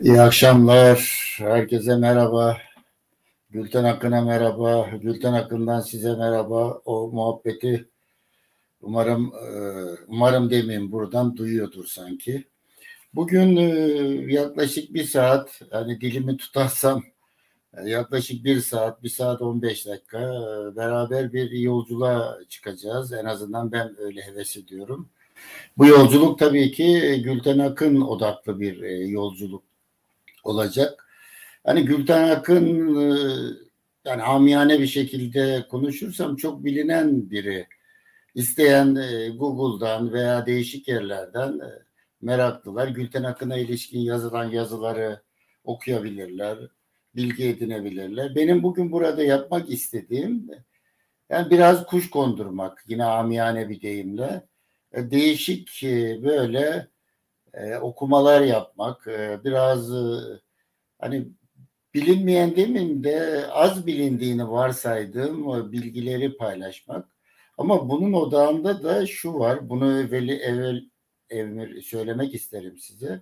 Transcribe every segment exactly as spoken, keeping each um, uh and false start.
İyi akşamlar. Herkese merhaba. Gülten Akın'a merhaba. Gülten Akın'dan size merhaba. O muhabbeti umarım e, umarım demeyeyim buradan duyuyordur sanki. Bugün e, yaklaşık bir saat, hani dilimi tutarsam e, yaklaşık bir saat, bir saat on beş dakika e, beraber bir yolculuğa çıkacağız. En azından ben öyle heves ediyorum. Bu yolculuk tabii ki Gülten Akın odaklı bir e, yolculuk olacak. Hani Gülten Akın e, yani amiyane bir şekilde konuşursam çok bilinen biri. İsteyen e, Google'dan veya değişik yerlerden e, meraklılar Gülten Akın'a ilişkin yazılan yazıları okuyabilirler, bilgi edinebilirler. Benim bugün burada yapmak istediğim yani biraz kuş kondurmak, yine amiyane bir deyimle e, değişik e, böyle e, okumalar yapmak, e, biraz e, hani bilinmeyen demin de az bilindiğini varsaydığım o bilgileri paylaşmak. Ama bunun odağında da şu var. Bunu evveli evvel evvel söylemek isterim size.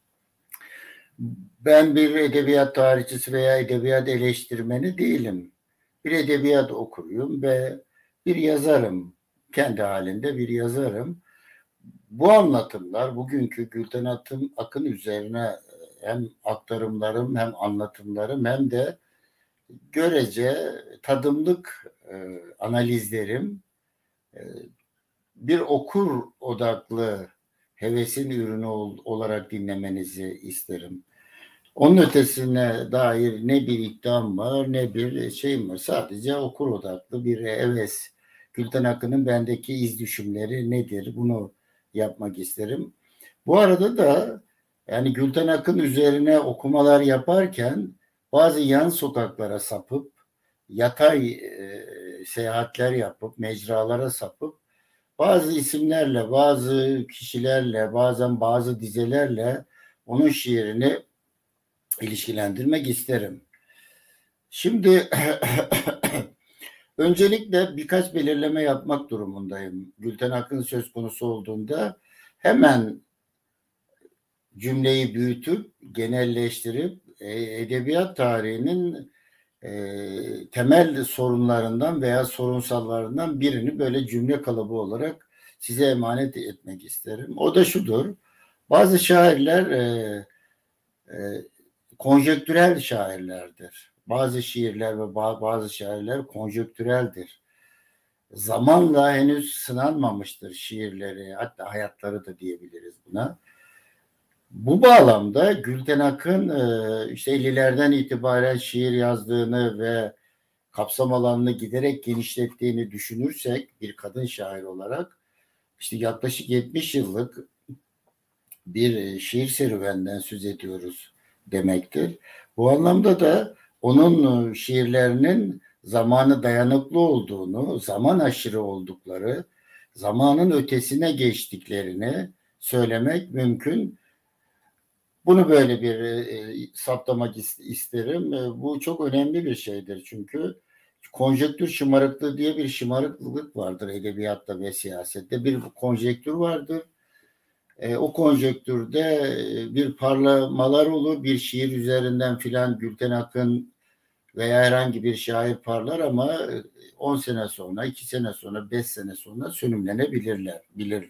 Ben bir edebiyat tarihçisi veya edebiyat eleştirmeni değilim. Bir edebiyat okuruyum ve bir yazarım. Kendi halinde bir yazarım. Bu anlatımlar bugünkü Gülten Akın, Akın üzerine hem aktarımlarım hem anlatımlarım hem de görece tadımlık e, analizlerim e, bir okur odaklı hevesin ürünü ol, olarak dinlemenizi isterim. Onun ötesine dair ne bir iddiam var ne bir şeyim var. Sadece okur odaklı bir heves. Gülten Akın'ın bendeki iz düşümleri nedir? Bunu yapmak isterim. Bu arada da yani Gülten Akın üzerine okumalar yaparken bazı yan sokaklara sapıp yatay e, seyahatler yapıp mecralara sapıp bazı isimlerle, bazı kişilerle, bazen bazı dizelerle onun şiirini ilişkilendirmek isterim. Şimdi öncelikle birkaç belirleme yapmak durumundayım. Gülten Akın söz konusu olduğunda hemen cümleyi büyütüp genelleştirip e, edebiyat tarihinin e, temel sorunlarından veya sorunsallarından birini böyle cümle kalıbı olarak size emanet etmek isterim. O da şudur. Bazı şairler e, e, konjektürel şairlerdir. Bazı şiirler ve bazı şairler konjektüreldir. Zamanla henüz sınanmamıştır şiirleri, hatta hayatları da diyebiliriz buna. Bu bağlamda Gülten Akın e, işte ellilerden itibaren şiir yazdığını ve kapsam alanını giderek genişlettiğini düşünürsek bir kadın şair olarak işte yaklaşık yetmiş yıllık bir e, şiir serüvenden söz ediyoruz demektir. Bu anlamda da onun e, şiirlerinin zamanı dayanıklı olduğunu, zaman aşırı oldukları, zamanın ötesine geçtiklerini söylemek mümkün. Bunu böyle bir e, saptamak isterim. E, bu çok önemli bir şeydir çünkü konjektür şımarıklığı diye bir şımarıklık vardır edebiyatta ve siyasette. Bir konjektür vardır. E, o konjektürde e, bir parlamalar olur. Bir şiir üzerinden filan Gülten Akın veya herhangi bir şair parlar ama on sene sonra, iki sene sonra, beş sene sonra sönümlenebilirler. Bilir.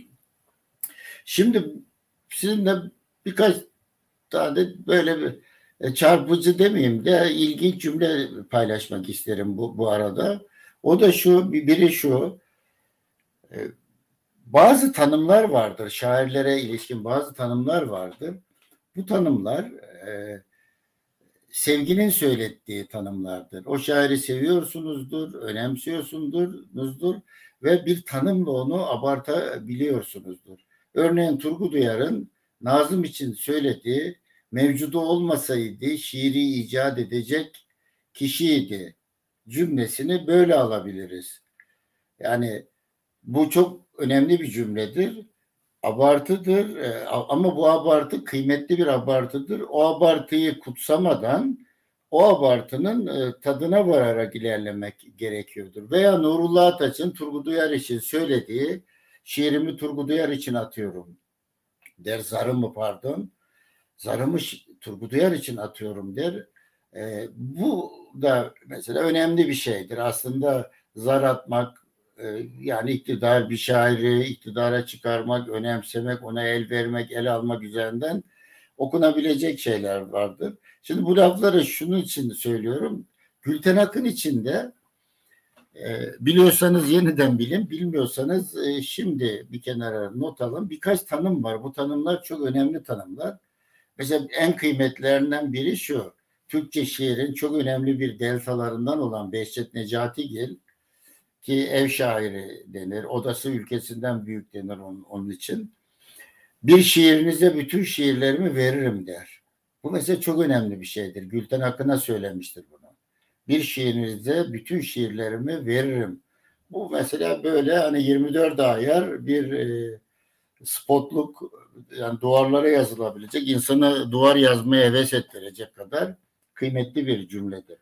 Şimdi sizinle birkaç tane böyle bir e, çarpıcı demeyeyim de ilginç cümle paylaşmak isterim bu, bu arada. O da şu, biri şu. E, Bazı tanımlar vardır. Şairlere ilişkin bazı tanımlar vardır. Bu tanımlar e, sevginin söylettiği tanımlardır. O şairi seviyorsunuzdur, önemsiyorsunuzdur ve bir tanımla onu abartabiliyorsunuzdur. Örneğin Turgut Uyar'ın Nazım için söylediği mevcudu olmasaydı şiiri icat edecek kişiydi cümlesini böyle alabiliriz. Yani bu çok önemli bir cümledir. Abartıdır e, ama bu abartı kıymetli bir abartıdır. O abartıyı kutsamadan o abartının e, tadına vararak ilerlemek gerekiyordur. Veya Nurullah Ataç'ın Turgut Uyar için söylediği şiirimi Turgut Uyar için atıyorum der zarımı pardon. Zarımı Turgut Uyar için atıyorum der. E, bu da mesela önemli bir şeydir. Aslında zar atmak, e, yani iktidar bir şairi iktidara çıkarmak, önemsemek, ona el vermek, el almak üzerinden okunabilecek şeyler vardır. Şimdi bu lafları şunun için söylüyorum. Gülten Akın için de e, biliyorsanız yeniden bilin, bilmiyorsanız e, şimdi bir kenara not alın. Birkaç tanım var. Bu tanımlar çok önemli tanımlar. Mesela en kıymetlerinden biri şu. Türkçe şiirin çok önemli bir deltalarından olan Behçet Necatigil, ki ev şairi denir. Odası ülkesinden büyük denir onun, onun için. Bir şiirinize bütün şiirlerimi veririm der. Bu mesela çok önemli bir şeydir. Gülten Akın'a söylemiştir bunu. Bir şiirinize bütün şiirlerimi veririm. Bu mesela böyle hani yirmi dört ayar bir e, spotluk, yani duvarlara yazılabilecek, insana duvar yazmaya heves ettirecek kadar kıymetli bir cümledir.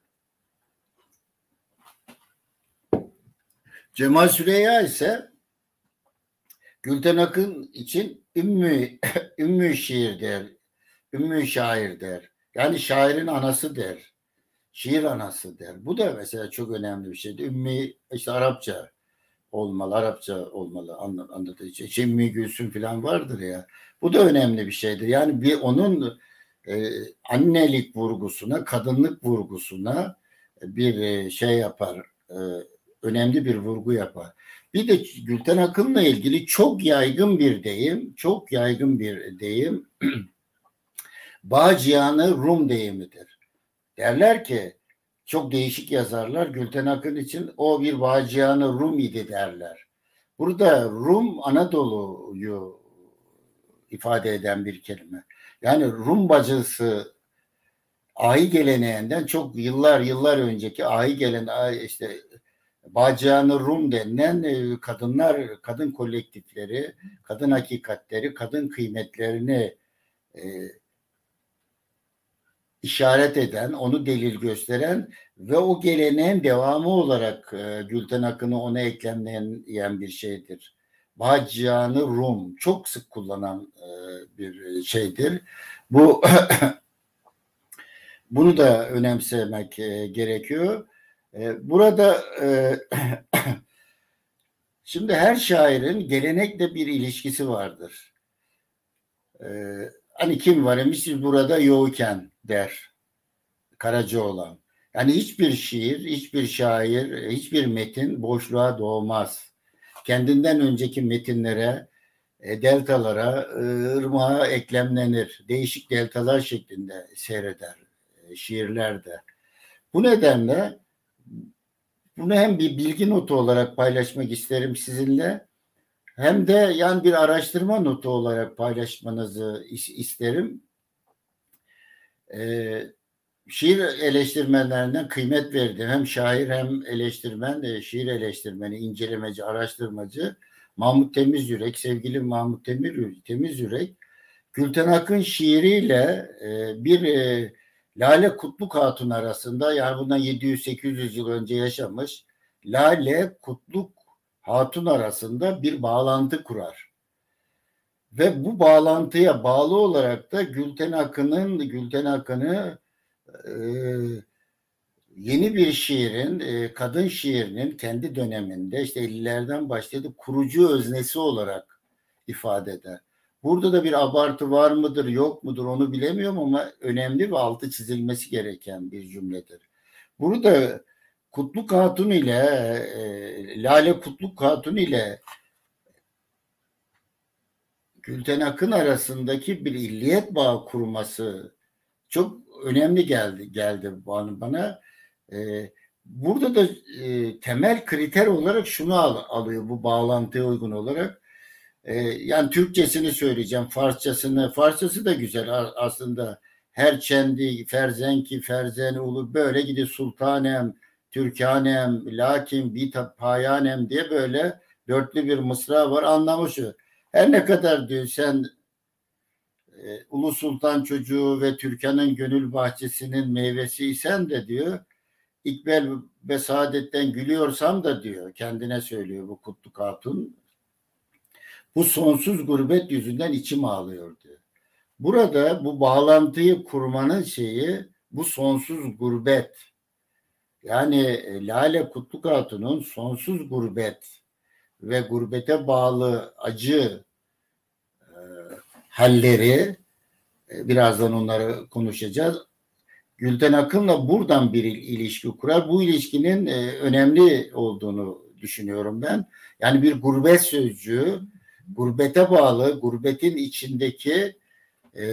Cemal Süreya ise Gülten Akın için ümmü, ümmü şiir der, ümmü şair der. Yani şairin anası der. Şiir anası der. Bu da mesela çok önemli bir şeydir. Ümmi işte Arapça olmalı, Arapça olmalı anladığı için. Şey, Ümmü Gülsüm falan vardır ya. Bu da önemli bir şeydir. Yani bir onun e, annelik vurgusuna, kadınlık vurgusuna bir e, şey yapar. E, önemli bir vurgu yapar. Bir de Gülten Akın'la ilgili çok yaygın bir deyim, çok yaygın bir deyim. Bağcıyanı Rum deyimidir. Derler ki, çok değişik yazarlar, Gülten Akın için o bir Bağcıyanı Rum idi derler. Burada Rum Anadolu'yu ifade eden bir kelime. Yani Rum bacısı ahi geleneğinden çok yıllar yıllar önceki ahi gelen işte Bağcıyanı Rum denilen e, kadınlar, kadın kolektifleri, kadın hakikatleri, kadın kıymetlerini e, işaret eden, onu delil gösteren ve o geleneğin devamı olarak e, Gülten Akın'ı ona eklemleyen bir şeydir. Bağcıyanı Rum çok sık kullanılan e, bir şeydir. Bu bunu da önemsemek e, gerekiyor. E, burada e, şimdi her şairin gelenekle bir ilişkisi vardır. E, hani kim var imiş burada yoğuken der Karacaoğlan. Yani hiçbir şiir, hiçbir şair, hiçbir metin boşluğa doğmaz. Kendinden önceki metinlere, e, deltalara, e, ırmağa eklemlenir. Değişik deltalar şeklinde seyreder e, şiirlerde. Bu nedenle bunu hem bir bilgi notu olarak paylaşmak isterim sizinle, hem de yani bir araştırma notu olarak paylaşmanızı isterim. Ee, şiir eleştirmenlerinden kıymet verdim. Hem şair hem eleştirmen, de şiir eleştirmeni, incelemeci, araştırmacı Mahmut Temizyürek, sevgili Mahmut Temir, Temizyürek, Gülten Akın şiiriyle e, bir e, Lale Kutluk Hatun arasında, yani bundan yedi yüz sekiz yüz yıl önce yaşamış Lale Kutluk Hatun arasında bir bağlantı kurar. Ve bu bağlantıya bağlı olarak da Gülten Akın'ın Gülten Akın'ı e, yeni bir şiirin, e, kadın şiirinin kendi döneminde işte ellilerden başladı kurucu öznesi olarak ifade eder. Burada da bir abartı var mıdır, yok mudur onu bilemiyorum ama önemli ve altı çizilmesi gereken bir cümledir. Burada Kutluk Hatun ile e, Lale Kutluk Hatun ile Gülten Akın arasındaki bir illiyet bağı kurması çok önemli geldi geldi bana. bana. Ee, burada da e, temel kriter olarak şunu al, alıyor bu bağlantıya uygun olarak. Ee, yani Türkçesini söyleyeceğim, Farsçasını, Farsçası da güzel aslında. Her çendi, ferzenki, ferzen ulu böyle gidiyor sultanem, Türkanem, lakin bir payanem diye böyle dörtlü bir mısra var, anlamı şu. Her ne kadar diyor sen e, Ulu Sultan çocuğu ve Türkan'ın gönül bahçesinin meyvesiysen de diyor, İkbal ve Saadet'ten gülüyorsam da diyor, kendine söylüyor bu Kutluk Hatun, bu sonsuz gurbet yüzünden içim ağlıyor diyor. Burada bu bağlantıyı kurmanın şeyi bu sonsuz gurbet. Yani e, Lale Kutlu Hatun'un sonsuz gurbet ve gurbete bağlı acı e, halleri, e, birazdan onları konuşacağız. Gülten Akın'la buradan bir ilişki kurar. Bu ilişkinin e, önemli olduğunu düşünüyorum ben. Yani bir gurbet sözcüğü, gurbete bağlı, gurbetin içindeki e,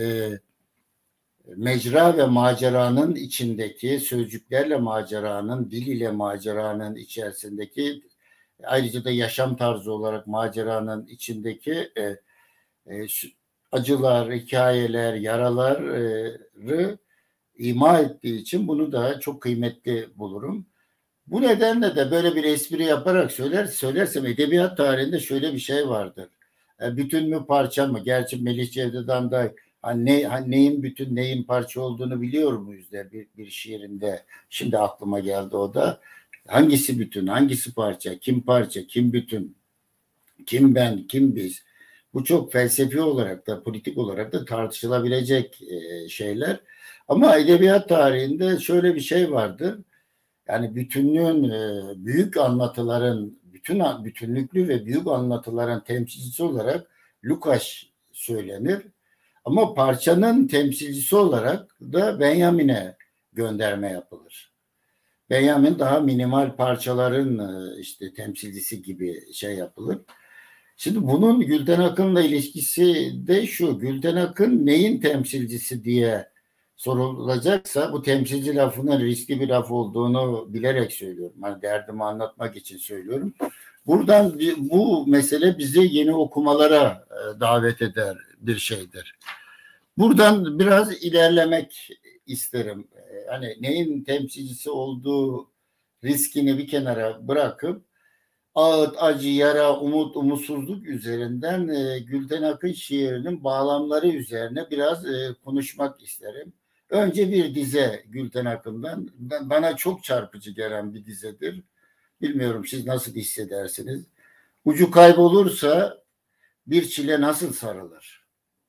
mecra ve maceranın içindeki sözcüklerle maceranın, dil ile maceranın içerisindeki, ayrıca da yaşam tarzı olarak maceranın içindeki e, e, acılar, hikayeler, yaraları ima ettiği için bunu da çok kıymetli bulurum. Bu nedenle de böyle bir espri yaparak söyler, söylersem edebiyat tarihinde şöyle bir şey vardır. E, bütün mü parça mı? Gerçi Melih Cevdet'ten da hani ne, hani neyin bütün neyin parça olduğunu biliyor muyuz der bir, bir şiirinde. Şimdi aklıma geldi o da. Hangisi bütün, hangisi parça, kim parça, kim bütün, kim ben, kim biz? Bu çok felsefi olarak da politik olarak da tartışılabilecek e, şeyler. Ama edebiyat tarihinde şöyle bir şey vardır. Yani bütünlüğün, e, büyük anlatıların, bütün bütünlüklü ve büyük anlatıların temsilcisi olarak Lukács söylenir. Ama parçanın temsilcisi olarak da Benjamin'e gönderme yapılır. Benjamin daha minimal parçaların e, işte temsilcisi gibi şey yapılır. Şimdi bunun Gülten Akın'la ilişkisi de şu. Gülten Akın neyin temsilcisi diye sorulacaksa, bu temsilci lafının riskli bir laf olduğunu bilerek söylüyorum. Hani derdimi anlatmak için söylüyorum. Buradan bu mesele bizi yeni okumalara e, davet eder bir şeydir. Buradan biraz ilerlemek isterim. E, Hani neyin temsilcisi olduğu riskini bir kenara bırakıp ağıt, acı, yara, umut, umutsuzluk üzerinden e, Gülten Akın şiirinin bağlamları üzerine biraz e, konuşmak isterim. Önce bir dize Gülten Akın'dan. Ben, bana çok çarpıcı gelen bir dizedir. Bilmiyorum siz nasıl hissedersiniz. Ucu kaybolursa bir çile nasıl sarılır?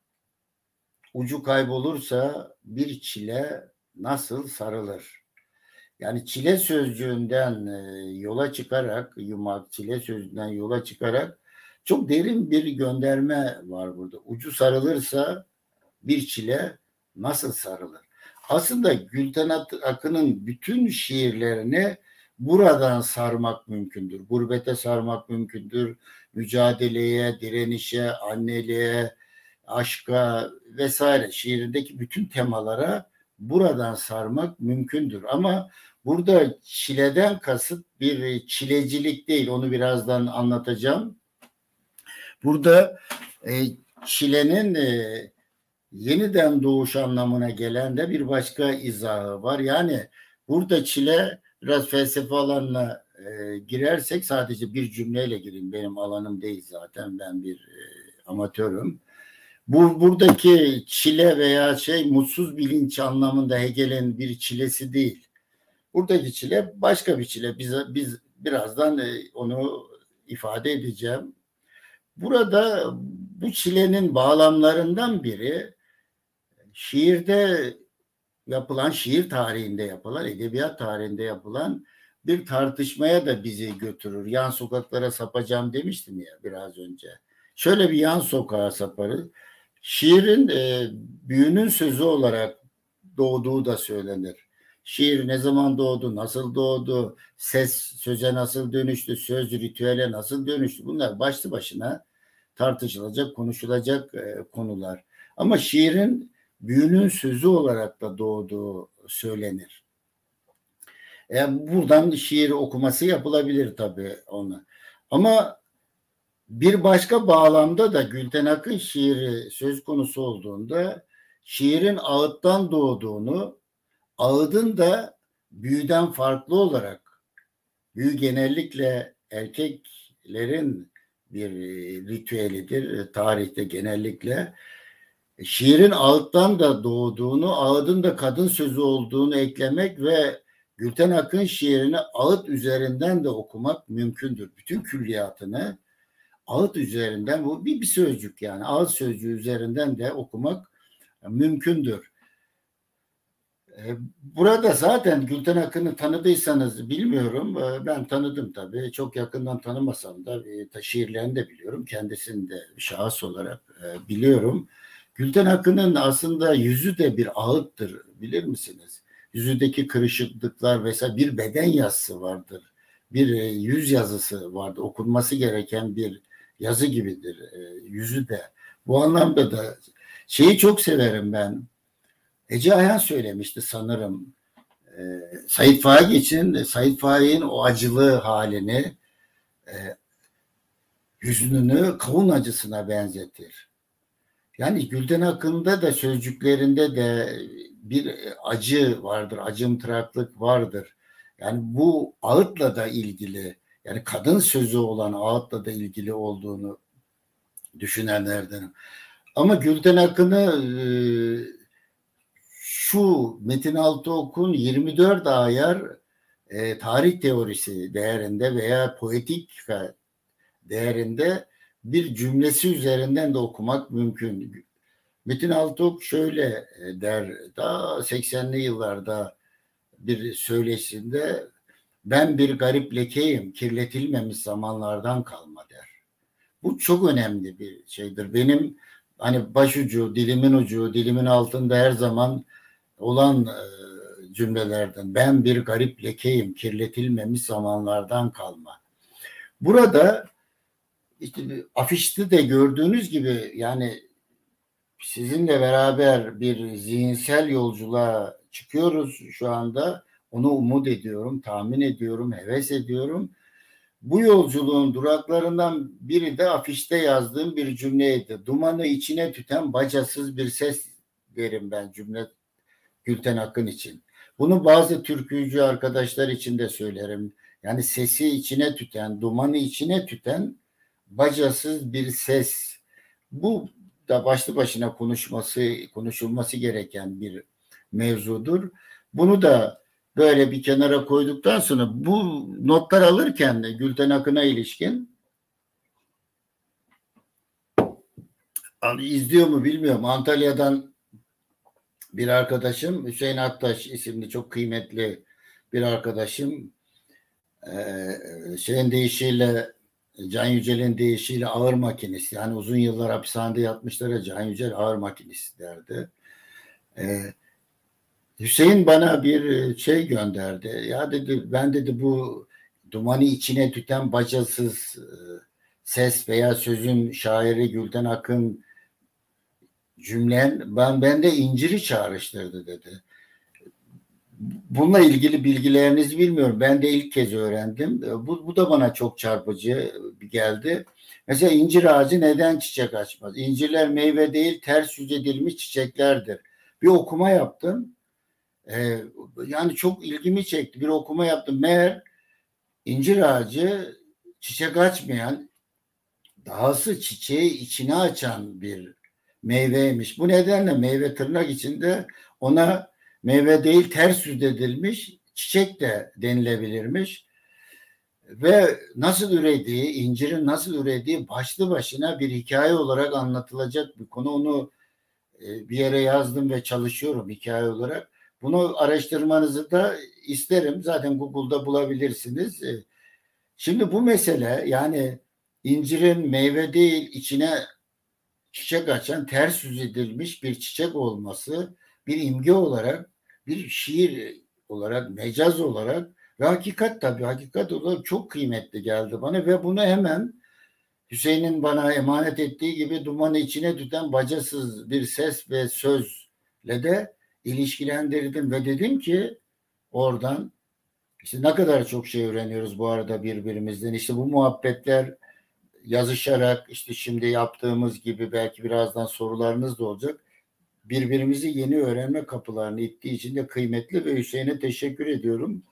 Ucu kaybolursa bir çile nasıl sarılır? Yani çile sözcüğünden e, yola çıkarak, yumak çile sözcüğünden yola çıkarak çok derin bir gönderme var burada. Ucu sarılırsa bir çile nasıl sarılır? Aslında Gülten Akın'ın bütün şiirlerini buradan sarmak mümkündür. Gurbete sarmak mümkündür. Mücadeleye, direnişe, anneliğe, aşka vesaire şiirindeki bütün temalara buradan sarmak mümkündür. Ama burada çileden kasıt bir çilecilik değil. Onu birazdan anlatacağım. Burada e, çilenin e, yeniden doğuş anlamına gelen de bir başka izahı var. Yani burada çile biraz felsefe alanına e, girersek, sadece bir cümleyle gireyim. Benim alanım değil zaten. Ben bir e, amatörüm. Bu buradaki çile veya şey mutsuz bilinç anlamında Hegel'in bir çilesi değil. Buradaki çile başka bir çile. Biz, biz birazdan e, onu ifade edeceğim. Burada bu çilenin bağlamlarından biri şiirde yapılan, şiir tarihinde yapılan, edebiyat tarihinde yapılan bir tartışmaya da bizi götürür. Yan sokaklara sapacağım demiştim ya biraz önce. Şöyle bir yan sokağa saparız. Şiirin e, büyünün sözü olarak doğduğu da söylenir. Şiir ne zaman doğdu, nasıl doğdu, ses söze nasıl dönüştü, söz ritüele nasıl dönüştü, bunlar başlı başına tartışılacak, konuşulacak e, konular. Ama şiirin büyünün sözü olarak da doğduğu söylenir. E, buradan şiir okuması yapılabilir tabii onu. Ama bir başka bağlamda da Gülten Akın şiiri söz konusu olduğunda şiirin ağıttan doğduğunu, ağıdın da büyüden farklı olarak, büyü genellikle erkeklerin bir ritüelidir, tarihte genellikle. Şiirin ağıttan da doğduğunu, ağıdın da kadın sözü olduğunu eklemek ve Gülten Akın şiirini ağıt üzerinden de okumak mümkündür. Bütün külliyatını ağıt üzerinden, bu bir, bir sözcük yani ağıt sözcüğü üzerinden de okumak mümkündür. Burada zaten Gülten Akın'ı tanıdıysanız bilmiyorum. Ben tanıdım tabii. Çok yakından tanımasam da şiirlerini de biliyorum. Kendisini de şahıs olarak biliyorum. Gülten Akın'ın aslında yüzü de bir ağıttır, bilir misiniz? Yüzündeki kırışıklıklar vesaire, bir beden yazısı vardır. Bir yüz yazısı vardır. Okunması gereken bir yazı gibidir yüzü de. Bu anlamda da şeyi çok severim ben. Ece Ayhan söylemişti sanırım. E, Sait Faik için Sait Faik'in o acılı halini, e, hüznünü kavun acısına benzetir. Yani Gülten Akın'da da sözcüklerinde de bir acı vardır, acımtıraklık vardır. Yani bu ağıtla da ilgili, yani kadın sözü olan ağıtla da ilgili olduğunu düşünenlerden. Ama Gülten Akın'ı e, şu Metin Altıok'un yirmi dört ayar e, tarih teorisi değerinde veya poetik değerinde bir cümlesi üzerinden de okumak mümkün. Metin Altıok şöyle der, daha seksenli yıllarda bir söyleşinde, ben bir garip lekeyim, kirletilmemiş zamanlardan kalma der. Bu çok önemli bir şeydir. Benim hani başucu, dilimin ucu, dilimin altında her zaman olan e, cümlelerden. Ben bir garip lekeyim, kirletilmemiş zamanlardan kalma. Burada işte afişte de gördüğünüz gibi, yani sizinle beraber bir zihinsel yolculuğa çıkıyoruz şu anda. Onu umut ediyorum, tahmin ediyorum, heves ediyorum. Bu yolculuğun duraklarından biri de afişte yazdığım bir cümleydi. Dumanı içine tüten bacasız bir ses derim ben cümle Gülten Akın için. Bunu bazı türkücü arkadaşlar için de söylerim. Yani sesi içine tüten, dumanı içine tüten bacasız bir ses. Bu da başlı başına konuşması, konuşulması gereken bir mevzudur. Bunu da böyle bir kenara koyduktan sonra bu notlar alırken de Gülten Akın'a ilişkin, izliyor mu bilmiyorum, Antalya'dan bir arkadaşım, Hüseyin Aktaş isimli çok kıymetli bir arkadaşım, ee, şeyin deyişiyle, Can Yücel'in deyişiyle ağır makinist, yani uzun yıllar hapishanede yatmışlar ya, Can Yücel ağır makinist derdi. Ee, Hüseyin bana bir şey gönderdi. Ya dedi, ben dedi bu dumanı içine tüten bacasız e, ses veya sözün şairi Gülten Akın cümlen ben bende inciri çağrıştırdı dedi. Bununla ilgili bilgilerinizi bilmiyorum. Ben de ilk kez öğrendim. Bu, bu da bana çok çarpıcı geldi. Mesela incir ağacı neden çiçek açmaz? İncirler meyve değil, ters yüz edilmiş çiçeklerdir. Bir okuma yaptım. Ee, yani çok ilgimi çekti. Bir okuma yaptım. Meğer incir ağacı çiçek açmayan, dahası çiçeği içine açan bir meyveymiş. Bu nedenle meyve tırnak içinde ona meyve değil ters yüz edilmiş çiçek de denilebilirmiş. Ve nasıl ürediği, incirin nasıl ürediği başlı başına bir hikaye olarak anlatılacak bir konu. Onu e, bir yere yazdım ve çalışıyorum hikaye olarak. Bunu araştırmanızı da isterim. Zaten Google'da bulabilirsiniz. E, Şimdi bu mesele, yani incirin meyve değil içine çiçek açan, ters yüz edilmiş bir çiçek olması bir imge olarak, bir şiir olarak, mecaz olarak ve hakikat, tabii hakikat olarak çok kıymetli geldi bana ve bunu hemen Hüseyin'in bana emanet ettiği gibi dumanı içine tüten bacasız bir ses ve sözle de ilişkilendirdim ve dedim ki oradan işte ne kadar çok şey öğreniyoruz bu arada birbirimizden. İşte bu muhabbetler yazışarak, işte şimdi yaptığımız gibi, belki birazdan sorularınız da olacak, birbirimizi yeni öğrenme kapılarını ittiği için de kıymetli ve Hüseyin'e teşekkür ediyorum.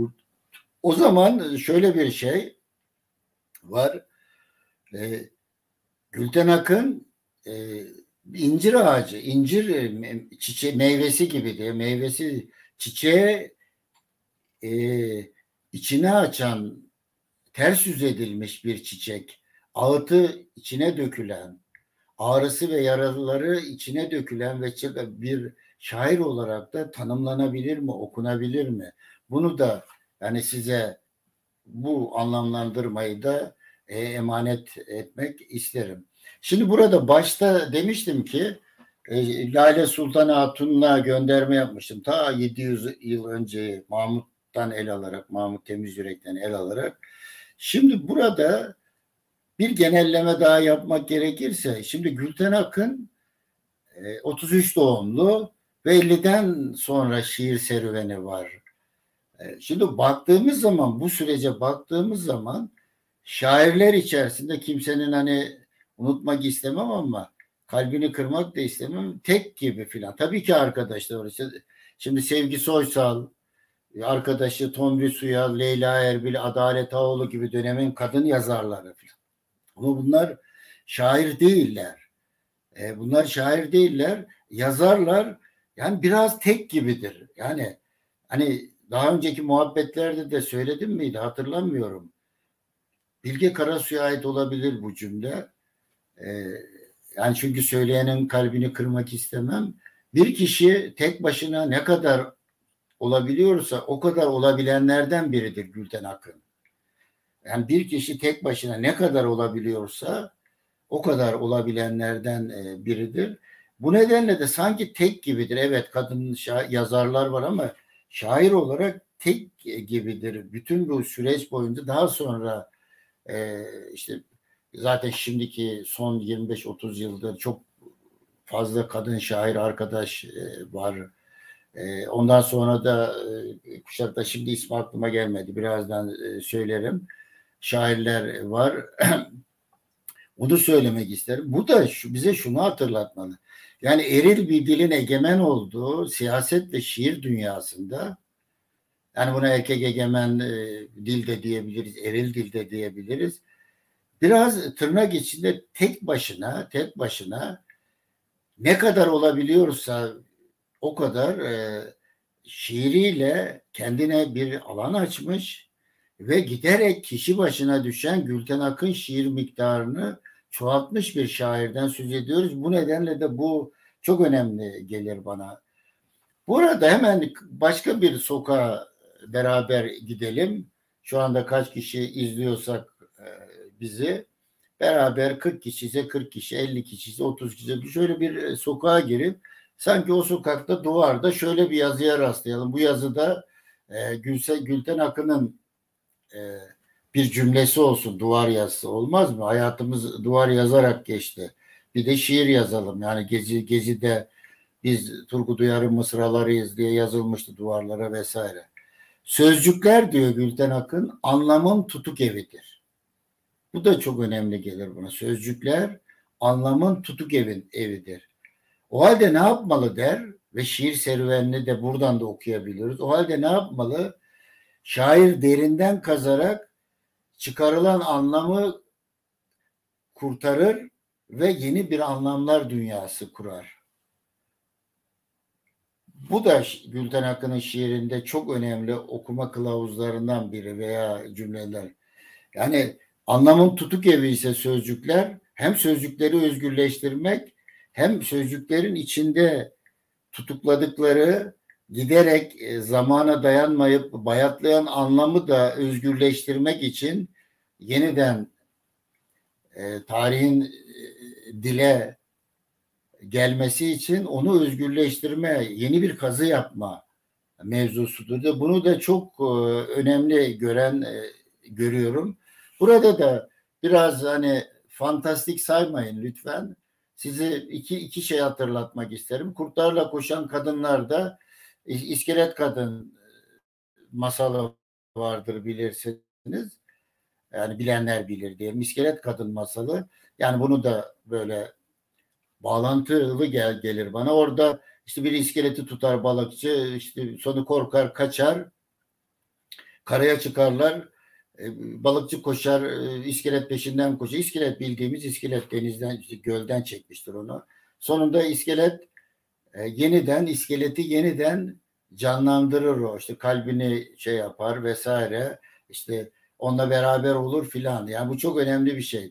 O zaman şöyle bir şey var. E, Gülten Akın e, incir ağacı, incir e, çiçeği, meyvesi gibi diye, meyvesi çiçeğe e, içine açan, ters yüz edilmiş bir çiçek, ağıtı içine dökülen, ağrısı ve yaraları içine dökülen ve bir şair olarak da tanımlanabilir mi, okunabilir mi? Bunu da yani size bu anlamlandırmayı da e, emanet etmek isterim. Şimdi burada başta demiştim ki e, Lale Sultan Hatun'la gönderme yapmıştım. Ta yedi yüz yıl önce Mahmut'tan el alarak, Mahmut Temiz Yürek'ten el alarak. Şimdi burada bir genelleme daha yapmak gerekirse, şimdi Gülten Akın e, otuz üç doğumlu ve elliden sonra şiir serüveni var. E, şimdi baktığımız zaman, bu sürece baktığımız zaman şairler içerisinde kimsenin hani unutmak istemem ama kalbini kırmak da istemem, tek gibi filan. Tabii ki arkadaşlar var. İşte, şimdi Sevgi Soysal, arkadaşı Tomris Suyal, Leyla Erbil, Adalet Ağoğlu gibi dönemin kadın yazarları filan. Ama bunlar şair değiller. E, bunlar şair değiller, yazarlar. Yani biraz tek gibidir. Yani hani daha önceki muhabbetlerde de söyledim miydi hatırlamıyorum. Bilge Karasu'ya ait olabilir bu cümle. Ee, yani çünkü söyleyenin kalbini kırmak istemem. Bir kişi tek başına ne kadar olabiliyorsa o kadar olabilenlerden biridir Gülten Akın. Yani bir kişi tek başına ne kadar olabiliyorsa o kadar olabilenlerden e, biridir. Bu nedenle de sanki tek gibidir. Evet, kadın yazarlar var ama şair olarak tek gibidir. Bütün bu süreç boyunca daha sonra e, işte zaten şimdiki son yirmi beş otuz yıldır çok fazla kadın şair arkadaş e, var. E, ondan sonra da e, kuşakta şimdi ismi aklıma gelmedi. Birazdan e, söylerim. Şairler var. Onu söylemek isterim. Bu da şu, bize şunu hatırlatmalı. Yani eril bir dilin egemen olduğu siyaset ve şiir dünyasında, yani buna erkek egemen e, dil de diyebiliriz, eril dil de diyebiliriz. Biraz tırnak içinde tek başına, tek başına ne kadar olabiliyorsa o kadar e, şiiriyle kendine bir alan açmış ve giderek kişi başına düşen Gülten Akın şiir miktarını çoğaltmış bir şairden söz ediyoruz. Bu nedenle de bu çok önemli gelir bana. Bu arada hemen başka bir sokağa beraber gidelim. Şu anda kaç kişi izliyorsak e, bizi beraber kırk kişi ise kırk kişi, elli kişi ise otuz kişi ise şöyle bir sokağa girip sanki o sokakta duvarda şöyle bir yazıya rastlayalım. Bu yazıda e, Gülse, Gülten Akın'ın e, bir cümlesi olsun, duvar yazısı olmaz mı? Hayatımız duvar yazarak geçti. Bir de şiir yazalım. Yani Gezi, Gezi'de biz Turgut Uyar'ın mısralarıyız diye yazılmıştı duvarlara vesaire. Sözcükler diyor Gülten Akın, anlamın tutuk evidir. Bu da çok önemli gelir buna. Sözcükler anlamın tutuk evin, evidir. O halde ne yapmalı der ve şiir serüvenini de buradan da okuyabiliyoruz. O halde ne yapmalı? Şair derinden kazarak çıkarılan anlamı kurtarır ve yeni bir anlamlar dünyası kurar. Bu da Gülten Akın'ın şiirinde çok önemli okuma kılavuzlarından biri veya cümleler. Yani anlamın tutuk evi ise sözcükler, hem sözcükleri özgürleştirmek hem sözcüklerin içinde tutukladıkları giderek zamana dayanmayıp bayatlayan anlamı da özgürleştirmek için yeniden e, tarihin e, dile gelmesi için onu özgürleştirme, yeni bir kazı yapma mevzusudur. Bunu da çok e, önemli gören e, görüyorum. Burada da biraz hani fantastik saymayın lütfen. Sizi iki, iki şey hatırlatmak isterim. Kurtlarla Koşan Kadınlar'da İskelet Kadın masalı vardır, bilirsiniz. Yani bilenler bilir diyelim. İskelet Kadın masalı. Yani bunu da böyle bağlantılı gel, gelir bana. Orada işte bir iskeleti tutar balıkçı, işte sonu korkar kaçar, karaya çıkarlar, e, balıkçı koşar, e, iskelet peşinden koşar. İskelet bildiğimiz iskelet denizden, işte gölden çekmiştir onu. Sonunda iskelet e, yeniden, iskeleti yeniden canlandırır o. İşte kalbini şey yapar vesaire. İşte onunla beraber olur filan. Yani bu çok önemli bir şeydir.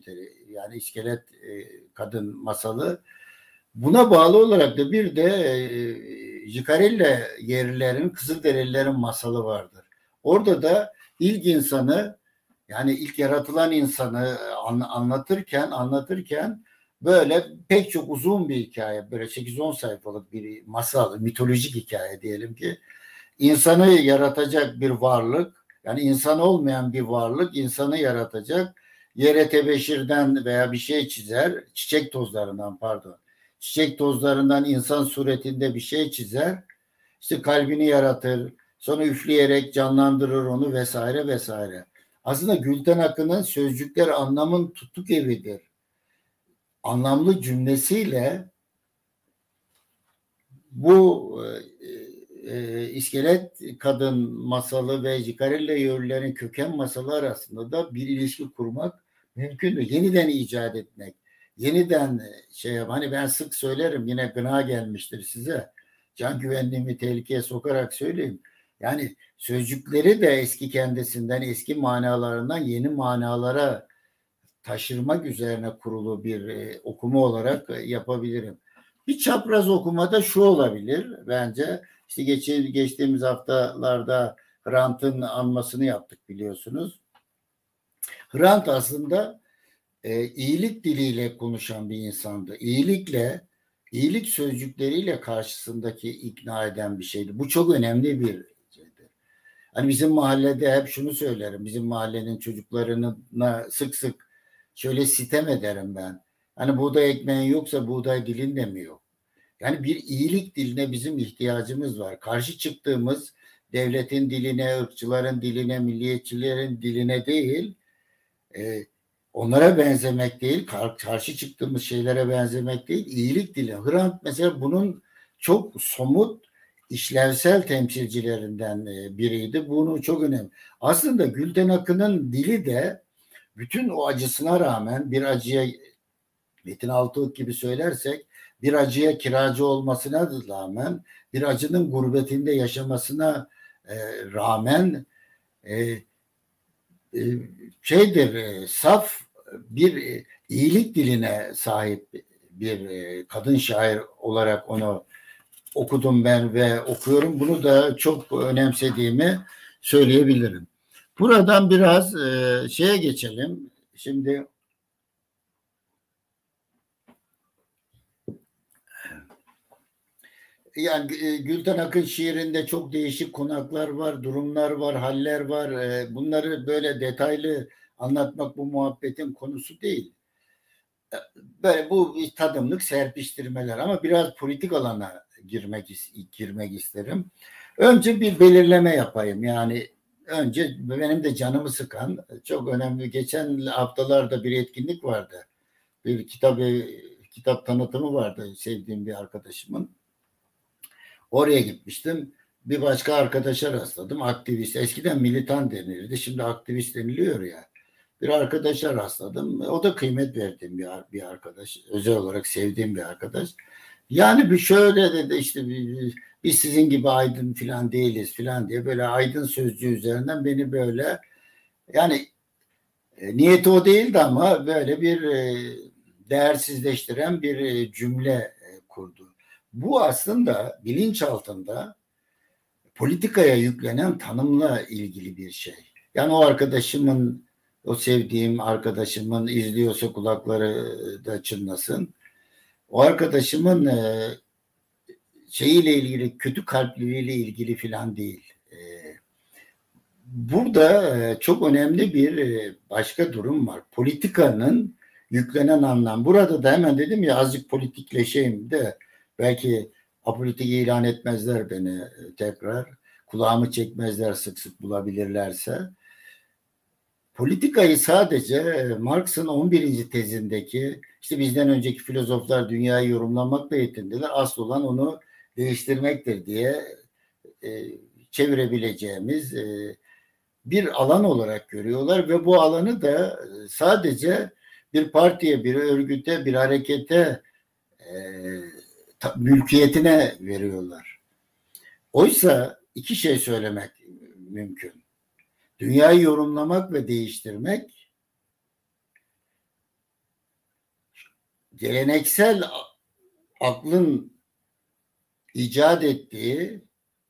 yani iskelet e, kadın masalı. Buna bağlı olarak da bir de e, Jicarella yerlilerin, Kızılderililerin masalı vardır. Orada da ilk insanı, yani ilk yaratılan insanı an, anlatırken anlatırken böyle pek çok uzun bir hikaye, böyle sekiz on sayfalık bir masal, mitolojik hikaye diyelim ki, insanı yaratacak bir varlık, yani insan olmayan bir varlık insanı yaratacak, yere tebeşirden veya bir şey çizer, çiçek tozlarından pardon, çiçek tozlarından insan suretinde bir şey çizer, işte kalbini yaratır, sonra üfleyerek canlandırır onu vesaire vesaire. Aslında Gülten Akın'ın Sözcükler Anlamın Tutuk Evidir anlamlı cümlesiyle bu e, e, iskelet kadın masalı ve Jicarella yörülerin köken masalı arasında da bir ilişki kurmak mümkündür. Yeniden icat etmek, yeniden şey yap. Hani ben sık söylerim, yine gına gelmiştir size. Can güvenliğimi tehlikeye sokarak söyleyeyim. Yani sözcükleri de eski kendisinden, eski manalarından yeni manalara taşırmak üzerine kurulu bir e, okuma olarak e, yapabilirim. Bir çapraz okumada şu olabilir bence. İşte geç, geçtiğimiz haftalarda Hrant'ın anmasını yaptık biliyorsunuz. Hrant aslında e, iyilik diliyle konuşan bir insandı. İyilikle, iyilik sözcükleriyle karşısındaki ikna eden bir şeydi. Bu çok önemli bir şeydi. Hani bizim mahallede hep şunu söylerim. Bizim mahallenin çocuklarına sık sık şöyle sitem ederim ben. Hani buğday ekmeğin yoksa buğday dilin de mi yok? Yani bir iyilik diline bizim ihtiyacımız var. Karşı çıktığımız devletin diline, ırkçıların diline, milliyetçilerin diline değil, e, onlara benzemek değil, karşı çıktığımız şeylere benzemek değil, iyilik dili. Hrant mesela bunun çok somut, işlevsel temsilcilerinden e, biriydi. Bunu çok önemli. Aslında Gülten Akın'ın dili de bütün o acısına rağmen, bir acıya Metin Altıok gibi söylersek, bir acıya kiracı olmasına rağmen, bir acının gurbetinde yaşamasına e, rağmen e, e, şeydir, e, saf bir e, iyilik diline sahip bir e, kadın şair olarak onu okudum ben ve okuyorum. Bunu da çok önemsediğimi söyleyebilirim. Buradan biraz e, şeye geçelim. Şimdi yani e, Gülten Akın şiirinde çok değişik konaklar var, durumlar var, haller var. E, bunları böyle detaylı anlatmak bu muhabbetin konusu değil. E, Böyle bu bir tadımlık serpiştirmeler, ama biraz politik alana girmek girmek isterim. Önce bir belirleme yapayım. Yani önce benim de canımı sıkan çok önemli. Geçen haftalarda bir etkinlik vardı. Bir kitabı kitap tanıtımı vardı sevdiğim bir arkadaşımın. Oraya gitmiştim. Bir başka arkadaşa rastladım. Aktivist. Eskiden militan denilirdi. Şimdi aktivist deniliyor ya. Bir arkadaşa rastladım. O da kıymet verdiğim bir, bir arkadaş. Özel olarak sevdiğim bir arkadaş. Yani bir şöyle dedi, işte biz sizin gibi aydın filan değiliz filan diye, böyle aydın sözcüğü üzerinden beni böyle, yani e, niyeti o değildi ama böyle bir e, değersizleştiren bir e, cümle e, kurdu. Bu aslında bilinç altında politikaya yüklenen tanımla ilgili bir şey. Yani o arkadaşımın, o sevdiğim arkadaşımın, izliyorsa kulakları da çınlasın. O arkadaşımın e, şeyiyle ilgili, kötü kalpliliğiyle ilgili filan değil. E, burada e, çok önemli bir e, başka durum var. Politikanın yüklenen anlam. Burada da hemen dedim ya, azıcık politikleşeyim de belki apolitik ilan etmezler beni e, tekrar. Kulağımı çekmezler sık sık bulabilirlerse. Politikayı sadece e, Marx'ın on birinci tezindeki, işte bizden önceki filozoflar dünyayı yorumlamakla yetindiler, asıl olan onu değiştirmektir diye e, çevirebileceğimiz e, bir alan olarak görüyorlar ve bu alanı da sadece bir partiye, bir örgüte, bir harekete e, ta, mülkiyetine veriyorlar. Oysa iki şey söylemek mümkün. Dünyayı yorumlamak ve değiştirmek, geleneksel aklın icat ettiği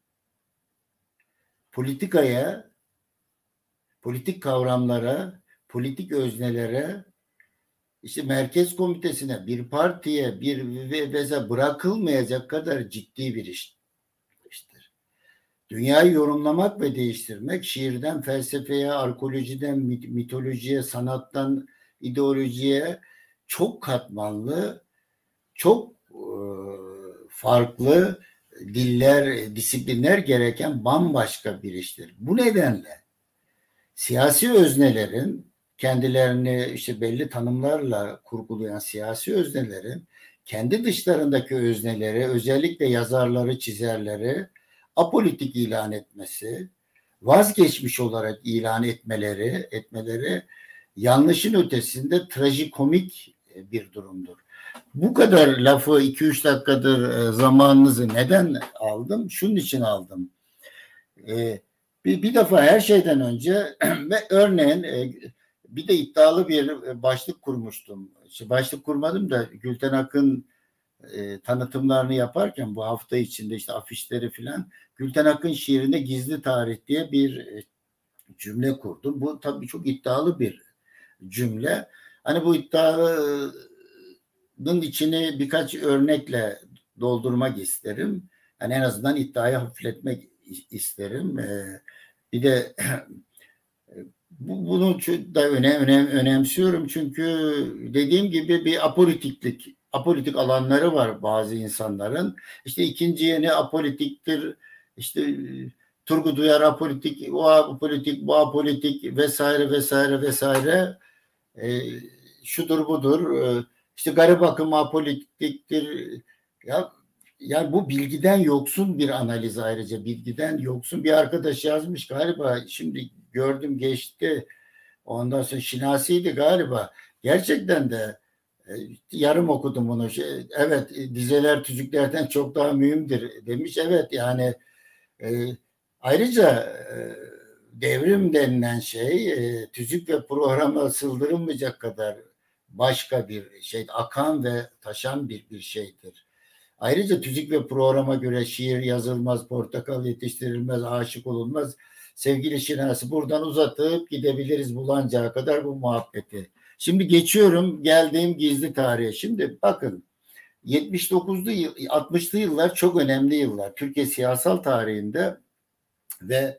politikaya, politik kavramlara, politik öznelere, işte merkez komitesine, bir partiye, bir ve bırakılmayacak kadar ciddi bir iş, iştir. Dünyayı yorumlamak ve değiştirmek, şiirden felsefeye, arkeolojiden mitolojiye, sanattan ideolojiye çok katmanlı, çok e, farklı diller, disiplinler gereken bambaşka bir iştir. Bu nedenle siyasi öznelerin, kendilerini işte belli tanımlarla kurgulayan siyasi öznelerin kendi dışlarındaki özneleri, özellikle yazarları, çizerleri apolitik ilan etmesi, vazgeçmiş olarak ilan etmeleri, etmeleri yanlışın ötesinde trajikomik bir durumdur. Bu kadar lafı iki üç dakikadır zamanınızı neden aldım? Şunun için aldım. Ee, bir, bir defa her şeyden önce ve örneğin e, bir de iddialı bir başlık kurmuştum. İşte başlık kurmadım da Gülten Akın e, tanıtımlarını yaparken bu hafta içinde işte afişleri filan Gülten Akın şiirinde gizli tarih diye bir e, cümle kurdum. Bu tabii çok iddialı bir cümle. Hani bu iddianın içini birkaç örnekle doldurmak isterim. Yani en azından iddiayı hafifletmek isterim. Ee, bir de bu, bunu da önem, önem, önemsiyorum çünkü dediğim gibi bir apolitiklik, apolitik alanları var bazı insanların. İşte ikinci yeni apolitiktir, işte Turgut Uyar apolitik, o apolitik, bu apolitik vesaire vesaire vesaire. E, şudur budur, e, işte garip akım apolitiktir. Ya yani bu bilgiden yoksun bir analiz, ayrıca bilgiden yoksun bir arkadaş yazmış galiba, şimdi gördüm geçti, ondan sonra Şinasi'ydi galiba, gerçekten de e, yarım okudum bunu. Şey, evet, dizeler tüzüklerden çok daha mühimdir demiş. Evet yani e, ayrıca e, devrim denilen şey e, tüzük ve programa sığdırılmayacak kadar başka bir şey, akan ve taşan bir bir şeydir. Ayrıca tüzük ve programa göre şiir yazılmaz, portakal yetiştirilmez, aşık olunmaz. Sevgili Şinasi, buradan uzatıp gidebiliriz bulancağa kadar bu muhabbeti. Şimdi geçiyorum geldiğim gizli tarihe. Şimdi bakın, yetmiş dokuzlu altmışlı yıllar çok önemli yıllar Türkiye siyasal tarihinde ve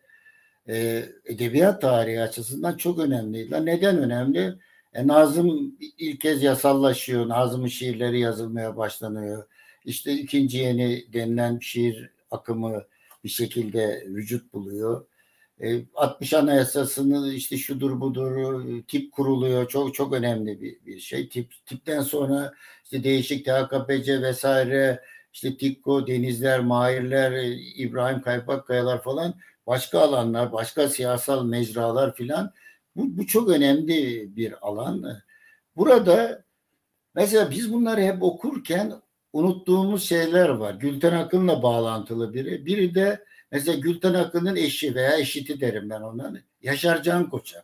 e, edebiyat tarihi açısından çok önemli yıllar. Neden önemli? E, Nazım ilk kez yasallaşıyor. Nazım'ın şiirleri yazılmaya başlanıyor. İşte ikinci yeni denilen şiir akımı bir şekilde vücut buluyor. E, altmış Anayasası'nın işte şudur budur, tip kuruluyor. Çok çok önemli bir, bir şey. Tip, tipten sonra işte değişik T H K P C vesaire, işte TİKKO, Denizler, Mahirler, İbrahim Kaypakkayalar falan, başka alanlar, başka siyasal mecralar filan. Bu, bu çok önemli bir alan. Burada mesela biz bunları hep okurken unuttuğumuz şeyler var. Gülten Akın'la bağlantılı biri. Biri de mesela Gülten Akın'ın eşi veya eşiti derim ben ona, Yaşar Can Koçak.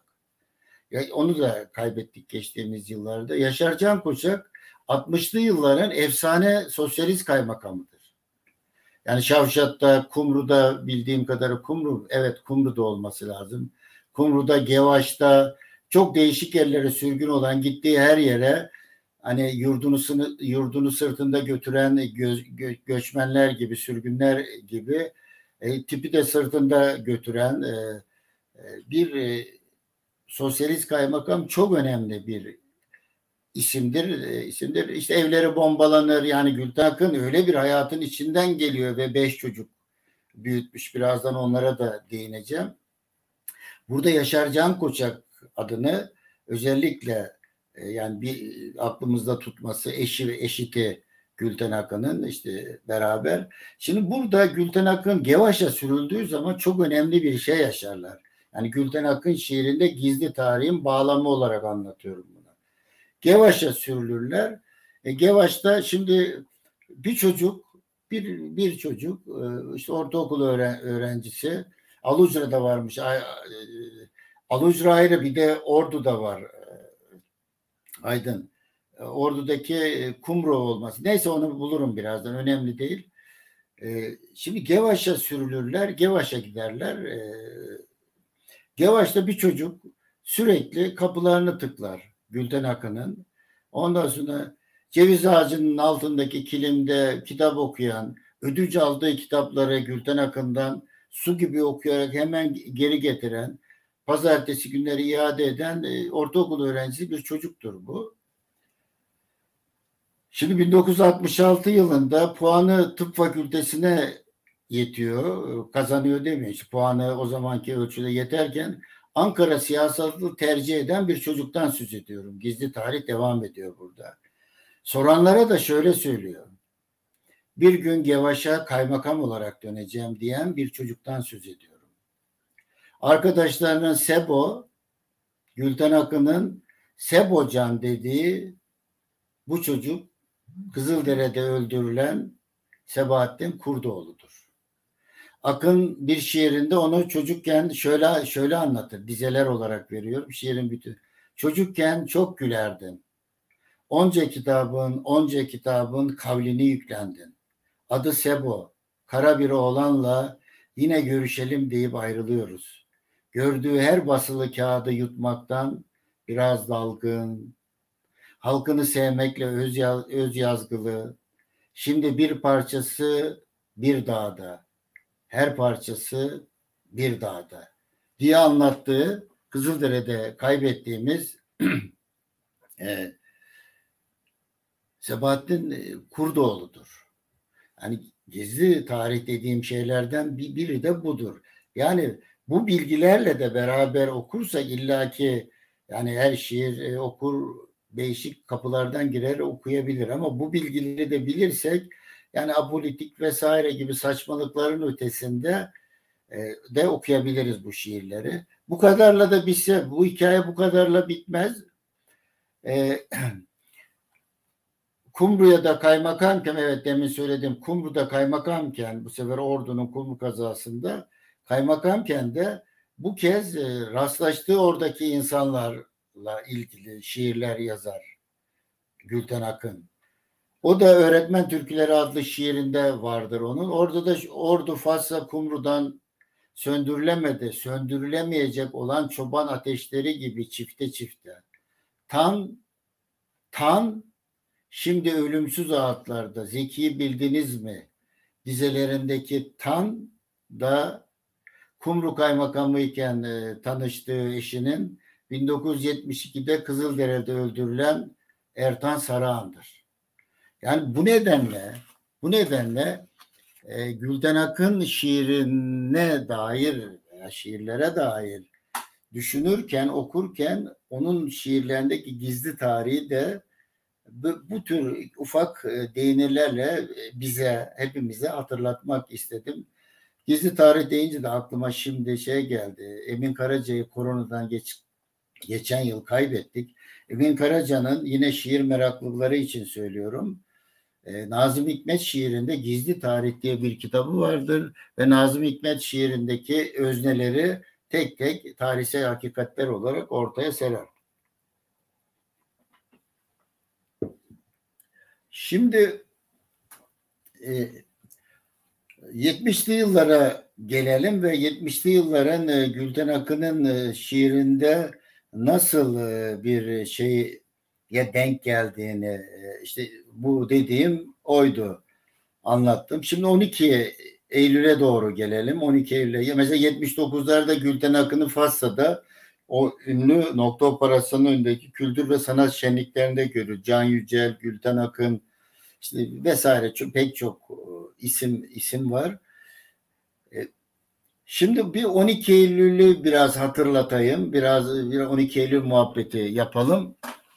Ya onu da kaybettik geçtiğimiz yıllarda. Yaşar Can Koçak altmışlı yılların efsane sosyalist kaymakamıdır. Yani Şavşat'ta, Kumru'da, bildiğim kadarıyla Kumru, evet Kumru'da olması lazım. Kumru'da, Gevaş'ta çok değişik yerlere sürgün olan, gittiği her yere hani yurdunu, yurdunu sırtında götüren gö, gö, göçmenler gibi, sürgünler gibi e, tipi de sırtında götüren e, e, bir e, sosyalist kaymakam, çok önemli bir isimdir. E, isimdir. İşte evleri bombalanır. Yani Gülten Akın öyle bir hayatın içinden geliyor ve beş çocuk büyütmüş. Birazdan onlara da değineceğim. Burada Yaşar Can Koçak adını özellikle e, yani bir aklımızda tutması, eşi ve eşiti Gülten Akın'ın işte beraber. Şimdi burada Gülten Akın Gevaş'a sürüldüğü zaman çok önemli bir şey yaşarlar. Yani Gülten Akın şiirinde gizli tarihin bağlamı olarak anlatıyorum bunu. Gevaş'a sürülürler. E, Gevaş'ta şimdi bir çocuk, bir, bir çocuk e, işte ortaokul öğren, öğrencisi, Alucra'da varmış. E, Alucra ayrı, bir de Ordu'da var. Aydın. Ordu'daki Kumru olması. Neyse onu bulurum birazdan. Önemli değil. E, şimdi Gevaş'a sürülürler. Gevaş'a giderler. E, Gevaş'ta bir çocuk sürekli kapılarını tıklar Gülten Akın'ın. Ondan sonra ceviz ağacının altındaki kilimde kitap okuyan, ödünç aldığı kitapları Gülten Akın'dan su gibi okuyarak hemen geri getiren, pazartesi günleri iade eden e, ortaokul öğrencisi bir çocuktur bu. Şimdi bin dokuz yüz altmış altı yılında puanı tıp fakültesine yetiyor, kazanıyor demiyor. İşte puanı o zamanki ölçüde yeterken Ankara siyasalını tercih eden bir çocuktan söz ediyorum. Gizli tarih devam ediyor burada. Soranlara da şöyle söylüyor. Bir gün Gevaş'a kaymakam olarak döneceğim diyen bir çocuktan söz ediyorum. Arkadaşlarının Sebo, Gülten Akın'ın Sebocan dediği bu çocuk Kızıldere'de öldürülen Sebahattin Kurdoğlu'dur. Akın bir şiirinde onu çocukken şöyle şöyle anlatır. Dizeler olarak veriyorum şiirin bütün. Çocukken çok gülerdin. Onca kitabın, onca kitabın kavlini yüklendin. Adı Sebo. Kara bir oğlanla yine görüşelim deyip ayrılıyoruz. Gördüğü her basılı kağıdı yutmaktan biraz dalgın. Halkını sevmekle öz, yaz, öz yazgılı. Şimdi bir parçası bir dağda. Her parçası bir dağda diye anlattığı Kızıldere'de kaybettiğimiz e, Sebahattin Kurdoğlu'dur. Yani gizli tarih dediğim şeylerden bir, biri de budur. Yani bu bilgilerle de beraber okursak illaki yani her şiir e, okur değişik kapılardan girer okuyabilir ama bu bilgileri de bilirsek yani apolitik vesaire gibi saçmalıkların ötesinde e, de okuyabiliriz bu şiirleri. Bu kadarla da bitse, bu hikaye bu kadarla bitmez. E, Kumru'ya da kaymakamken, evet demin söyledim, Kumru'da kaymakamken, bu sefer Ordu'nun Kumru kazasında kaymakamken de bu kez e, rastlaştığı oradaki insanlarla ilgili şiirler yazar Gülten Akın. O da Öğretmen Türküleri adlı şiirinde vardır onun. Orada da Ordu, Fasla, Kumru'dan söndürülemedi, söndürülemeyecek olan çoban ateşleri gibi çifte çifte. Tan, tan, şimdi ölümsüz ağıtlarda, Zeki'yi bildiniz mi? Dizelerindeki tan da Kumru Kaymakamı iken e, tanıştığı eşinin bin dokuz yüz yetmiş ikide Kızıldere'de öldürülen Ertan Sarıhan'dır. Yani bu nedenle, bu nedenle e, Gülten Akın şiirine dair, veya şiirlere dair düşünürken, okurken onun şiirlerindeki gizli tarihi de bu, bu tür ufak e, değinirlerle bize, hepimize hatırlatmak istedim. Gizli tarih deyince de aklıma şimdi şey geldi. Emin Karaca'yı koronadan geç, geçen yıl kaybettik. Emin Karaca'nın yine şiir meraklıları için söylüyorum. E, Nazım Hikmet şiirinde Gizli Tarih diye bir kitabı vardır ve Nazım Hikmet şiirindeki özneleri tek tek tarihsel hakikatler olarak ortaya serer. Şimdi e, yetmişli yıllara gelelim ve yetmişli yılların e, Gülten Akın'ın e, şiirinde nasıl e, bir şeye denk geldiğini e, işte bu dediğim oydu anlattım. Şimdi on iki Eylül'e doğru gelelim. on iki Eylül'e. Mesela yetmiş dokuzlarda Gülten Akın'ı Fassa'da o ünlü nokta operasyonun önündeki kültür ve sanat şenliklerinde görür. Can Yücel, Gülten Akın işte vesaire çok, pek çok isim isim var. Şimdi bir on iki Eylül'ü biraz hatırlatayım. Biraz bir on iki Eylül muhabbeti yapalım.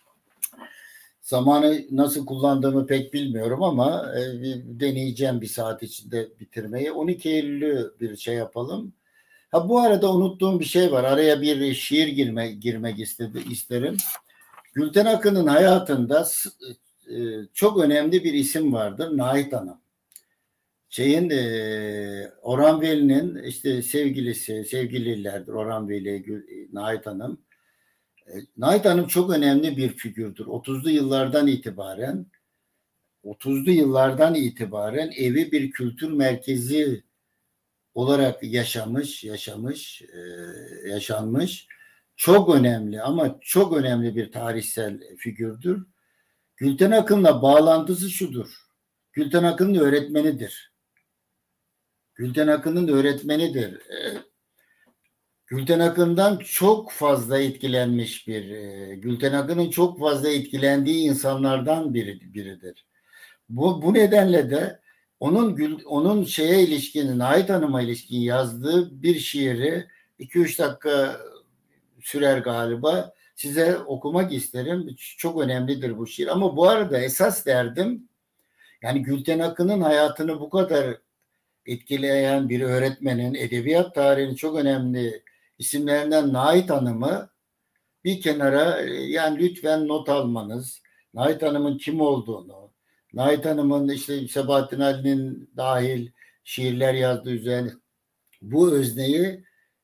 Zamanı nasıl kullandığımı pek bilmiyorum ama e, bir deneyeceğim bir saat içinde bitirmeyi. on iki Eylül'ü bir şey yapalım. Ha bu arada unuttuğum bir şey var. Araya bir şiir girme, girmek istedi, isterim. Gülten Akın'ın hayatında e, çok önemli bir isim vardır. Nahit Hanım. Şeyin e, Orhan Veli'nin işte sevgilisi, sevgililerdir Orhan Veli, Nahit Hanım. Nait Hanım çok önemli bir figürdür. otuzlu yıllardan itibaren otuzlu yıllardan itibaren evi bir kültür merkezi olarak yaşamış, yaşamış, e, yaşanmış. Çok önemli ama çok önemli bir tarihsel figürdür. Gülten Akın'la bağlantısı şudur. Gülten Akın'ın öğretmenidir. Gülten Akın'ın öğretmenidir. E, Gülten Akın'dan çok fazla etkilenmiş bir, e, Gülten Akın'ın çok fazla etkilendiği insanlardan biri, biridir. Bu, bu nedenle de onun onun şeye ilişkin, Nait Hanım'a ilişkin yazdığı bir şiiri iki üç dakika sürer galiba. Size okumak isterim. Çok önemlidir bu şiir. Ama bu arada esas derdim, yani Gülten Akın'ın hayatını bu kadar etkileyen bir öğretmenin, edebiyat tarihinin çok önemli isimlerinden Nait Hanım'ı bir kenara, yani lütfen not almanız, Nait Hanım'ın kim olduğunu, Nait Hanım'ın işte Sebahattin Ali'nin dahil şiirler yazdığı üzerine bu özneyi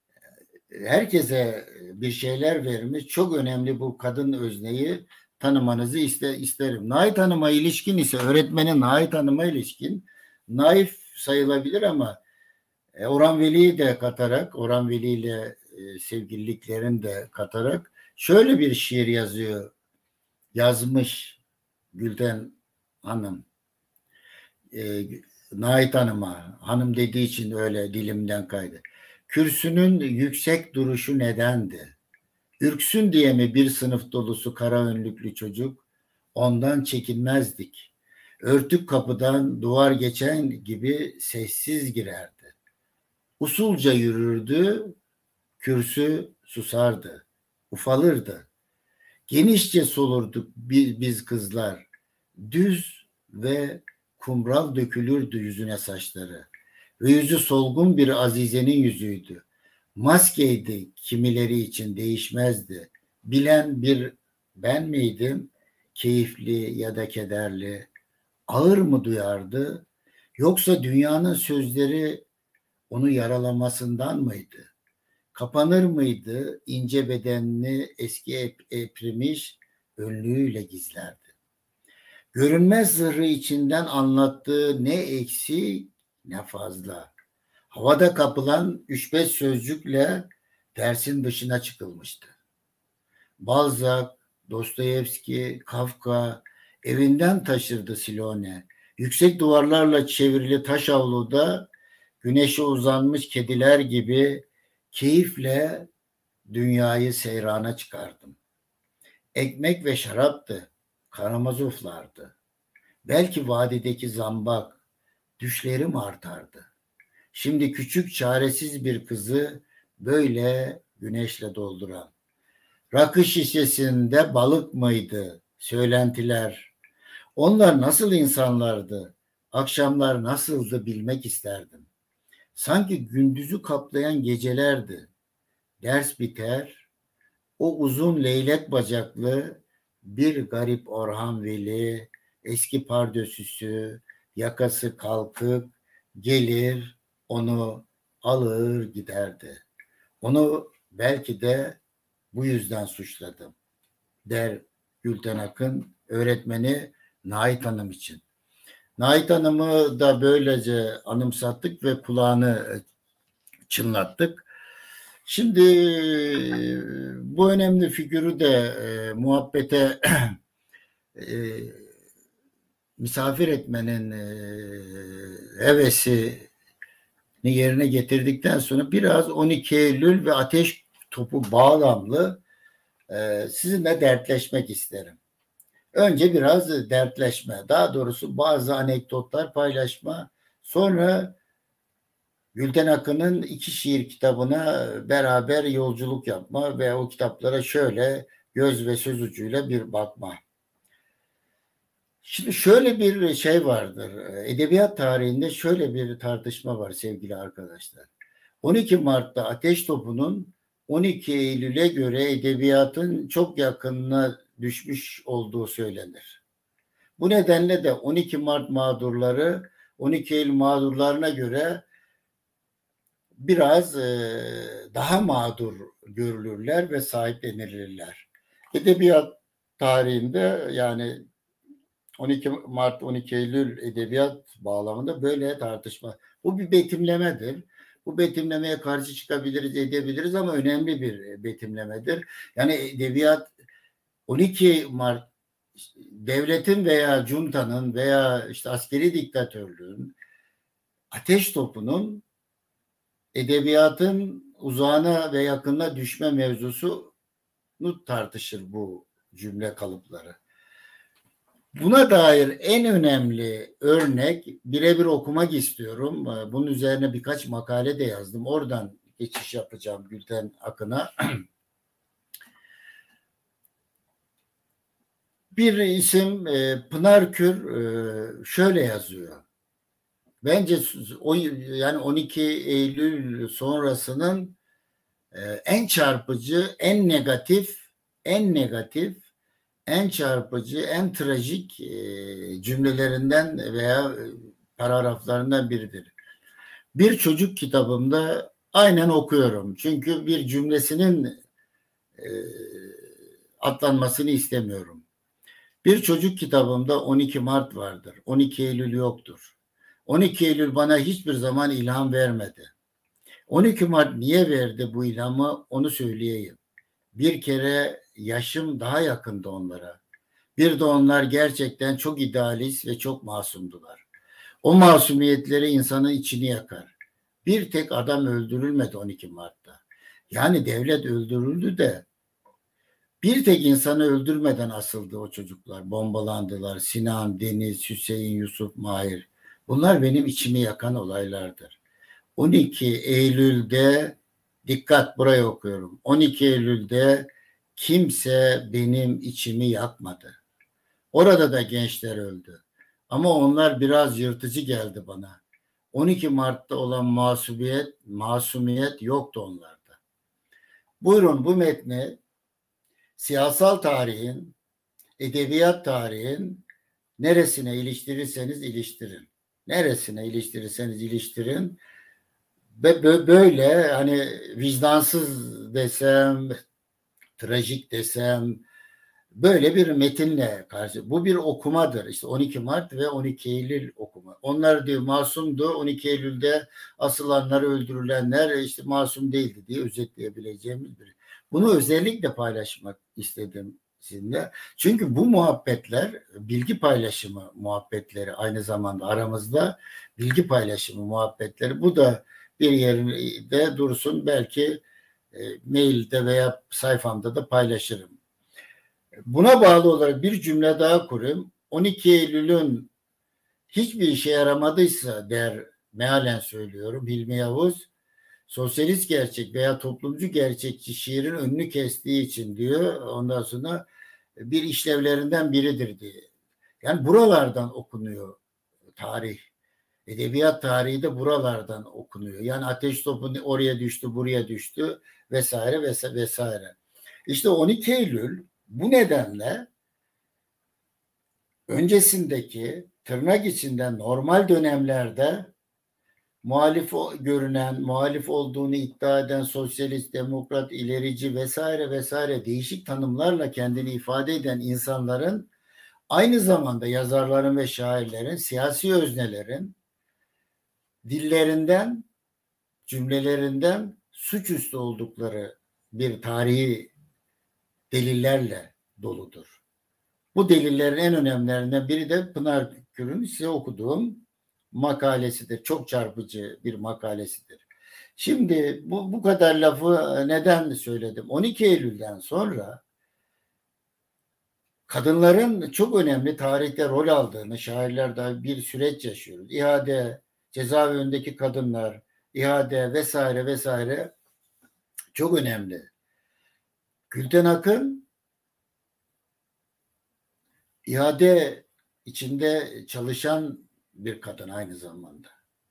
herkese bir şeyler vermiş. Çok önemli bu kadın özneyi tanımanızı iste, isterim. Nait Hanım'a ilişkin ise, öğretmenin Nait Hanım'a ilişkin naif sayılabilir ama e, Orhan Veli'yi de katarak, Orhan Veli ile e, sevgililiklerini de katarak şöyle bir şiir yazıyor, yazmış Gülten Hanım. E, Nait Hanım'a, hanım dediği için öyle dilimden kaydı. Kürsünün yüksek duruşu nedendi? Ürksün diye mi bir sınıf dolusu kara önlüklü çocuk? Ondan çekinmezdik. Örtük kapıdan duvar geçen gibi sessiz girerdi. Usulca yürürdü, kürsü susardı, ufalırdı. Genişçe solurduk biz kızlar. Düz ve kumral dökülürdü yüzüne saçları. Ve yüzü solgun bir azizenin yüzüydü. Maskeydi, kimileri için değişmezdi. Bilen bir ben miydim? Keyifli ya da kederli. Ağır mı duyardı? Yoksa dünyanın sözleri onu yaralamasından mıydı? Kapanır mıydı ince bedenini eski ep, eprimiş önlüğüyle gizlerdi. Görünmez zırhı içinden anlattığı ne eksik ne fazla. Havada kapılan üç beş sözcükle dersin dışına çıkılmıştı. Balzac, Dostoyevski, Kafka evinden taşırdı Silone. Yüksek duvarlarla çevrili taş avluda güneşe uzanmış kediler gibi keyifle dünyayı seyrana çıkardım. Ekmek ve şaraptı, karamazoflardı. Belki vadideki zambak, düşlerim artardı. Şimdi küçük çaresiz bir kızı böyle güneşle dolduran. Rakı şişesinde balık mıydı? Söylentiler. Onlar nasıl insanlardı? Akşamlar nasıldı bilmek isterdim. Sanki gündüzü kaplayan gecelerdi. Ders biter, o uzun leylek bacaklı bir garip Orhan Veli, eski pardösüsü, yakası kalkıp gelir, onu alır giderdi. Onu belki de bu yüzden suçladım, der Gülten Akın, öğretmeni Nait Hanım için. Nait Hanım'ı da böylece anımsattık ve kulağını çınlattık. Şimdi bu önemli figürü de e, muhabbete e, misafir etmenin e, hevesini yerine getirdikten sonra biraz on iki Eylül ve Ateş Topu bağlamlı e, sizinle dertleşmek isterim. Önce biraz dertleşme, daha doğrusu bazı anekdotlar paylaşma, sonra Gülten Akın'ın iki şiir kitabına beraber yolculuk yapma ve o kitaplara şöyle göz ve söz ucuyla bir bakma. Şimdi şöyle bir şey vardır. Edebiyat tarihinde şöyle bir tartışma var sevgili arkadaşlar. on iki Mart'ta Ateş Topu'nun on iki Eylül'e göre edebiyatın çok yakınına düşmüş olduğu söylenir. Bu nedenle de on iki Mart mağdurları on iki Eylül mağdurlarına göre biraz e, daha mağdur görülürler ve sahiplenilirler. Edebiyat tarihinde yani on iki Mart on iki Eylül edebiyat bağlamında böyle tartışma. Bu bir betimlemedir. Bu betimlemeye karşı çıkabiliriz, edebiliriz ama önemli bir betimlemedir. Yani edebiyat on iki Mart devletin veya juntanın veya işte askeri diktatörlüğün ateş topunun edebiyatın uzağına ve yakınına düşme mevzusunu tartışır bu cümle kalıpları. Buna dair en önemli örnek birebir okumak istiyorum. Bunun üzerine birkaç makale de yazdım. Oradan geçiş yapacağım Gülten Akın'a. Bir isim Pınar Kür şöyle yazıyor. Bence o yani on iki Eylül sonrasının en çarpıcı, en negatif, en negatif, en çarpıcı, en trajik cümlelerinden veya paragraflarından biridir. Bir çocuk kitabımda aynen okuyorum. Çünkü bir cümlesinin atlanmasını istemiyorum. Bir çocuk kitabımda on iki Mart vardır. on iki Eylül yoktur. on iki Eylül bana hiçbir zaman ilham vermedi. on iki Mart niye verdi bu ilhamı onu söyleyeyim. Bir kere yaşım daha yakındı onlara. Bir de onlar gerçekten çok idealist ve çok masumdular. O masumiyetleri insanın içini yakar. Bir tek adam öldürülmedi on iki Mart'ta. Yani devlet öldürüldü de bir tek insanı öldürmeden asıldı o çocuklar. Bombalandılar. Sinan, Deniz, Hüseyin, Yusuf, Mahir. Bunlar benim içimi yakan olaylardır. on iki Eylül'de dikkat buraya okuyorum. on iki Eylül'de kimse benim içimi yakmadı. Orada da gençler öldü. Ama onlar biraz yırtıcı geldi bana. on iki Mart'ta olan masumiyet, masumiyet yoktu onlarda. Buyurun bu metni siyasal tarihin, edebiyat tarihin neresine iliştirirseniz iliştirin. Neresine iliştirirseniz iliştirin. Ve böyle hani vicdansız desem, trajik desem, böyle bir metinle karşı. Bu bir okumadır. İşte on iki Mart ve on iki Eylül okuma. Onlar diyor masumdu. on iki Eylül'de asılanlar, öldürülenler işte masum değildi diye özetleyebileceğimiz bir. Bunu özellikle paylaşmak istedim sizinle. Çünkü bu muhabbetler bilgi paylaşımı muhabbetleri aynı zamanda aramızda bilgi paylaşımı muhabbetleri. Bu da bir yerinde dursun. Belki e, mailde veya sayfamda da paylaşırım. Buna bağlı olarak bir cümle daha kurayım. on iki Eylül'ün hiçbir işe yaramadıysa der, mealen söylüyorum Hilmi Yavuz, sosyalist gerçek veya toplumcu gerçekçi şiirin önünü kestiği için diyor. Ondan sonra bir işlevlerinden biridir diye. Yani buralardan okunuyor tarih. Edebiyat tarihi de buralardan okunuyor. Yani ateş topu oraya düştü, buraya düştü vesaire vesaire. İşte on iki Eylül bu nedenle öncesindeki tırnak içinde normal dönemlerde muhalif görünen, muhalif olduğunu iddia eden sosyalist, demokrat, ilerici vesaire vesaire değişik tanımlarla kendini ifade eden insanların aynı zamanda yazarların ve şairlerin, siyasi öznelerin dillerinden, cümlelerinden suçüstü oldukları bir tarihi delillerle doludur. Bu delillerin en önemlilerinden biri de Pınar Kür'ün size okuduğum makalesidir. Çok çarpıcı bir makalesidir. Şimdi bu, bu kadar lafı neden söyledim? on iki Eylül'den sonra kadınların çok önemli tarihte rol aldığını şairlerde bir süreç yaşıyoruz. İhade, cezaevindeki kadınlar, ihade vesaire vesaire çok önemli. Gülten Akın ihade içinde çalışan bir kadın aynı zamanda.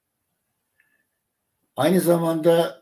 Aynı zamanda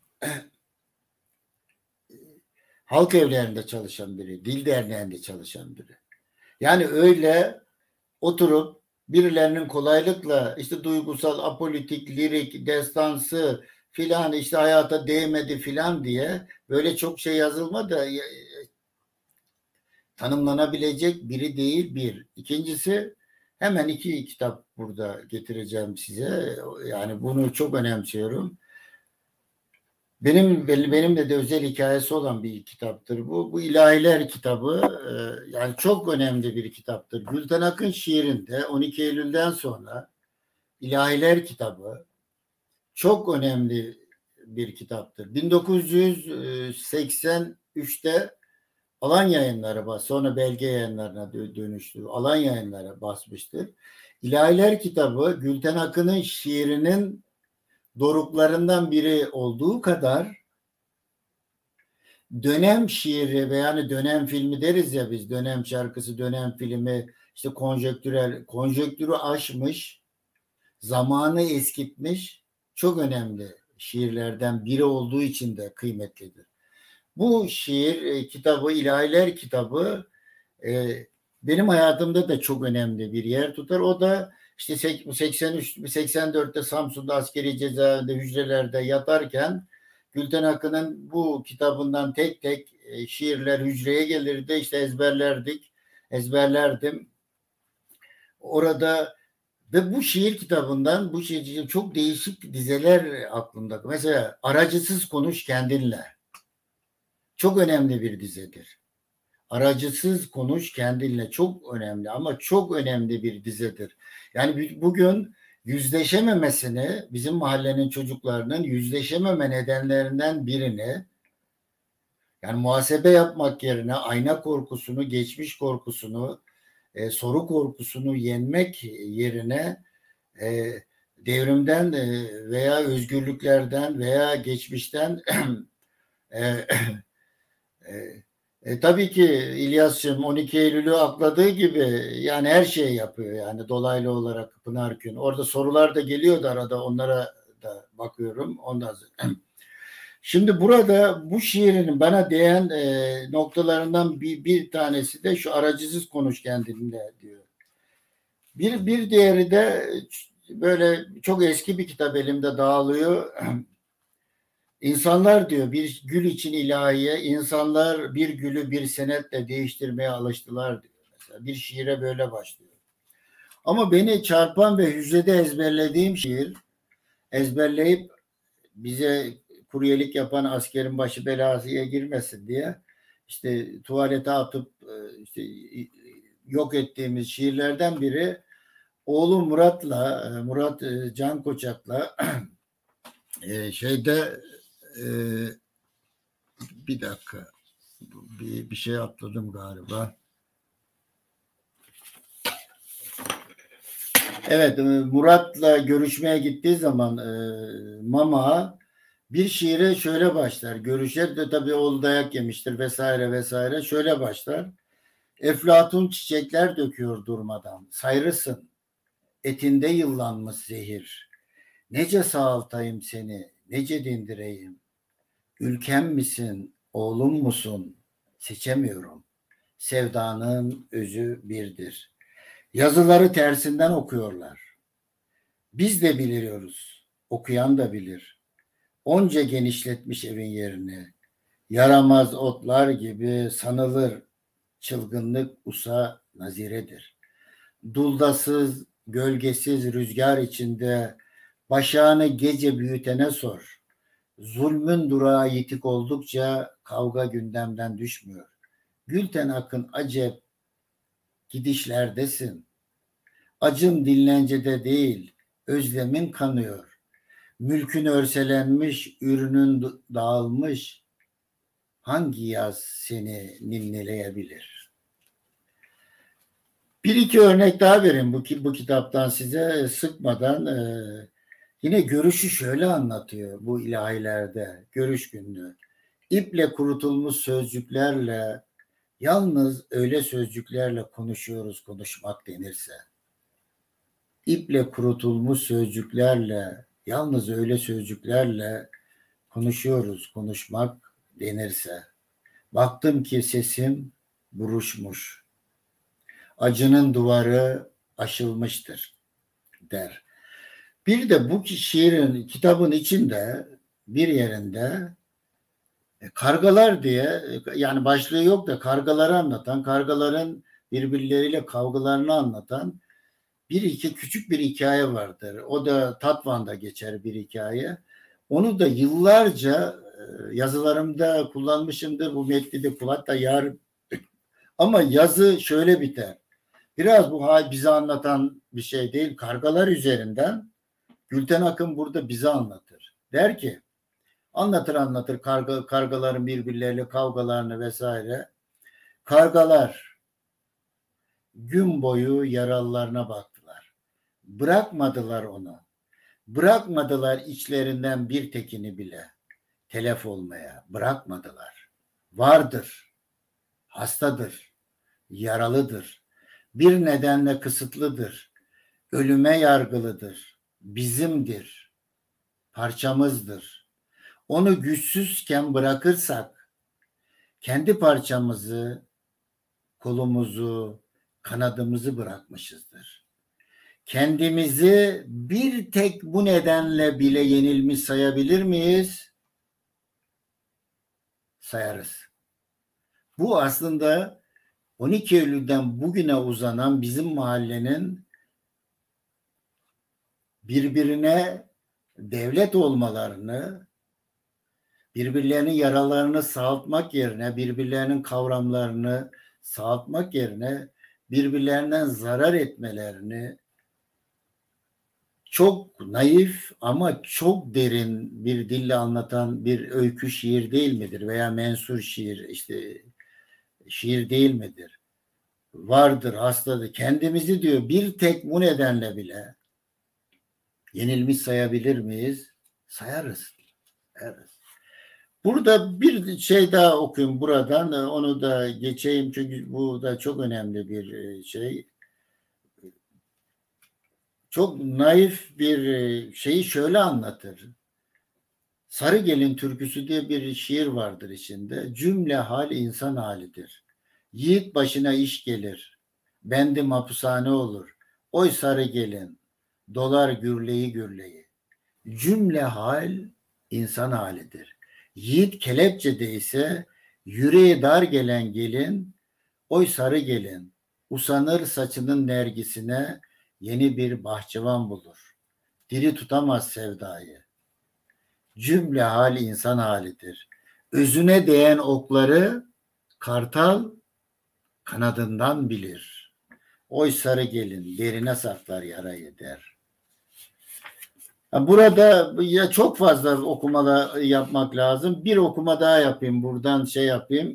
halk evlerinde çalışan biri, dil derneğinde çalışan biri. Yani öyle oturup birilerinin kolaylıkla işte duygusal, apolitik, lirik, destansı filan işte hayata değmedi filan diye böyle çok şey yazılma da tanımlanabilecek biri değil bir. İkincisi, hemen iki kitap burada getireceğim size. Yani bunu çok önemsiyorum. Benim benimle de özel hikayesi olan bir kitaptır bu. Bu İlahiler kitabı yani çok önemli bir kitaptır. Gülten Akın şiirinde on iki Eylül'den sonra İlahiler kitabı çok önemli bir kitaptır. bin dokuz yüz seksen üçte Alan Yayınları bas, sonra Belge Yayınlarına dönüştü. Alan Yayınları basmıştır. İlahiler kitabı Gülten Akın'ın şiirinin doruklarından biri olduğu kadar dönem şiiri ve yani dönem filmi deriz ya biz, dönem şarkısı, dönem filmi, işte konjektürel, konjektürü aşmış, zamanı eskitmiş çok önemli şiirlerden biri olduğu için de kıymetlidir. Bu şiir e, kitabı, İlahiler kitabı e, benim hayatımda da çok önemli bir yer tutar. O da işte seksen üç seksen dörtte Samsun'da askeri cezaevinde hücrelerde yatarken Gülten Akın'ın bu kitabından tek tek e, şiirler hücreye gelirdi. İşte ezberlerdik, ezberlerdim. Orada ve bu şiir kitabından bu şiir çok değişik dizeler aklımda. Mesela aracısız konuş kendinle. Çok önemli bir dizedir. Aracısız konuş kendinle çok önemli ama çok önemli bir dizedir. Yani bugün yüzleşememesini, bizim mahallenin çocuklarının yüzleşememe nedenlerinden birini, yani muhasebe yapmak yerine ayna korkusunu, geçmiş korkusunu, e, soru korkusunu yenmek yerine e, devrimden e, veya özgürlüklerden veya geçmişten e, e, E, tabii ki İlyas'cığım on iki Eylül'ü akladığı gibi yani her şeyi yapıyor yani dolaylı olarak Pınar Gün. Orada sorular da geliyordu arada, onlara da bakıyorum. Ondan sonra. Şimdi burada bu şiirinin bana değen e, noktalarından bir, bir tanesi de şu aracısız konuş kendinle diyor. Bir, bir diğeri de böyle çok eski bir kitap elimde dağılıyor. İnsanlar diyor bir gül için ilahiye, insanlar bir gülü bir senetle değiştirmeye alıştılar diyor. Mesela bir şiire böyle başlıyor. Ama beni çarpan ve hücrede ezberlediğim şiir, ezberleyip bize kuryelik yapan askerin başı belasıya girmesin diye işte tuvalete atıp işte yok ettiğimiz şiirlerden biri oğlu Murat'la, Murat Can Koçak'la şeyde Ee, bir dakika bir, bir şey atladım galiba. Evet, Murat'la görüşmeye gittiği zaman e, Mama bir şiire şöyle başlar. Görüşer de tabii oğlu dayak yemiştir vesaire vesaire. Şöyle başlar. Eflatun çiçekler döküyor durmadan. Sayrısın. Etinde yıllanmış zehir. Nece sağaltayım seni, nece dindireyim. Ülkem misin, oğlum musun? Seçemiyorum. Sevdanın özü birdir. Yazıları tersinden okuyorlar. Biz de biliyoruz. Okuyan da bilir. Onca genişletmiş evin yerini. Yaramaz otlar gibi sanılır. Çılgınlık usa naziredir. Duldasız, gölgesiz rüzgar içinde başağını gece büyütene sor. Zulmün durağı yitik oldukça kavga gündemden düşmüyor. Gülten Akın acep gidişlerdesin. Acın dinlencede değil, özlemin kanıyor. Mülkün örselenmiş, ürünün dağılmış. Hangi yaz seni ninnileyebilir? Bir iki örnek daha vereyim bu, bu kitaptan size sıkmadan. E, yine görüşü şöyle anlatıyor bu ilahilerde, görüş günlüğü. İple kurutulmuş sözcüklerle, yalnız öyle sözcüklerle konuşuyoruz konuşmak denirse. İple kurutulmuş sözcüklerle, yalnız öyle sözcüklerle konuşuyoruz konuşmak denirse. Baktım ki sesim buruşmuş. Acının duvarı aşılmıştır der. Bir de bu şiirin kitabın içinde bir yerinde E, kargalar diye e, yani başlığı yok da kargaları anlatan, kargaların birbirleriyle kavgalarını anlatan bir iki küçük bir hikaye vardır. O da Tatvan'da geçer bir hikaye. Onu da yıllarca e, yazılarımda kullanmışımdır. Bu metni de kulakta yar. Ama yazı şöyle biter. Biraz bu hal bize anlatan bir şey değil. Kargalar üzerinden Gülten Akın burada bize anlatır. Der ki, anlatır anlatır karga, kargaların birbirleriyle kavgalarını vesaire. Kargalar gün boyu yaralılarına baktılar. Bırakmadılar onu. Bırakmadılar içlerinden bir tekini bile telef olmaya. Bırakmadılar. Vardır, hastadır, yaralıdır. Bir nedenle kısıtlıdır. Ölüme yargılıdır. Bizimdir. Parçamızdır. Onu güçsüzken bırakırsak kendi parçamızı, kolumuzu, kanadımızı bırakmışızdır. Kendimizi bir tek bu nedenle bile yenilmiş sayabilir miyiz? Sayarız. Bu aslında on iki Eylül'den bugüne uzanan bizim mahallenin birbirine devlet olmalarını, birbirlerinin yaralarını sağaltmak yerine, birbirlerinin kavramlarını sağaltmak yerine birbirlerinden zarar etmelerini çok naif ama çok derin bir dille anlatan bir öykü şiir değil midir? Veya mensur şiir, işte şiir değil midir? Vardır, hastadır. Kendimizi diyor bir tek bu nedenle bile yenilmiş sayabilir miyiz? Sayarız. Evet. Burada bir şey daha okuyayım buradan. Onu da geçeyim çünkü bu da çok önemli bir şey. Çok naif bir şeyi şöyle anlatır. Sarı Gelin Türküsü diye bir şiir vardır içinde. Cümle hal insan halidir. Yiğit başına iş gelir. Bendim hapishane olur. Oy sarı gelin. Dolar gürleyi gürleyi. Cümle hal insan halidir. Yiğit kelepçede ise yüreği dar gelen gelin, oy sarı gelin, usanır saçının nergisine yeni bir bahçıvan bulur. Diri tutamaz sevdayı. Cümle hal insan halidir. Özüne değen okları kartal kanadından bilir. Oy sarı gelin derine saklar yarayı der. Burada ya çok fazla okumalar yapmak lazım. Bir okuma daha yapayım. Buradan şey yapayım.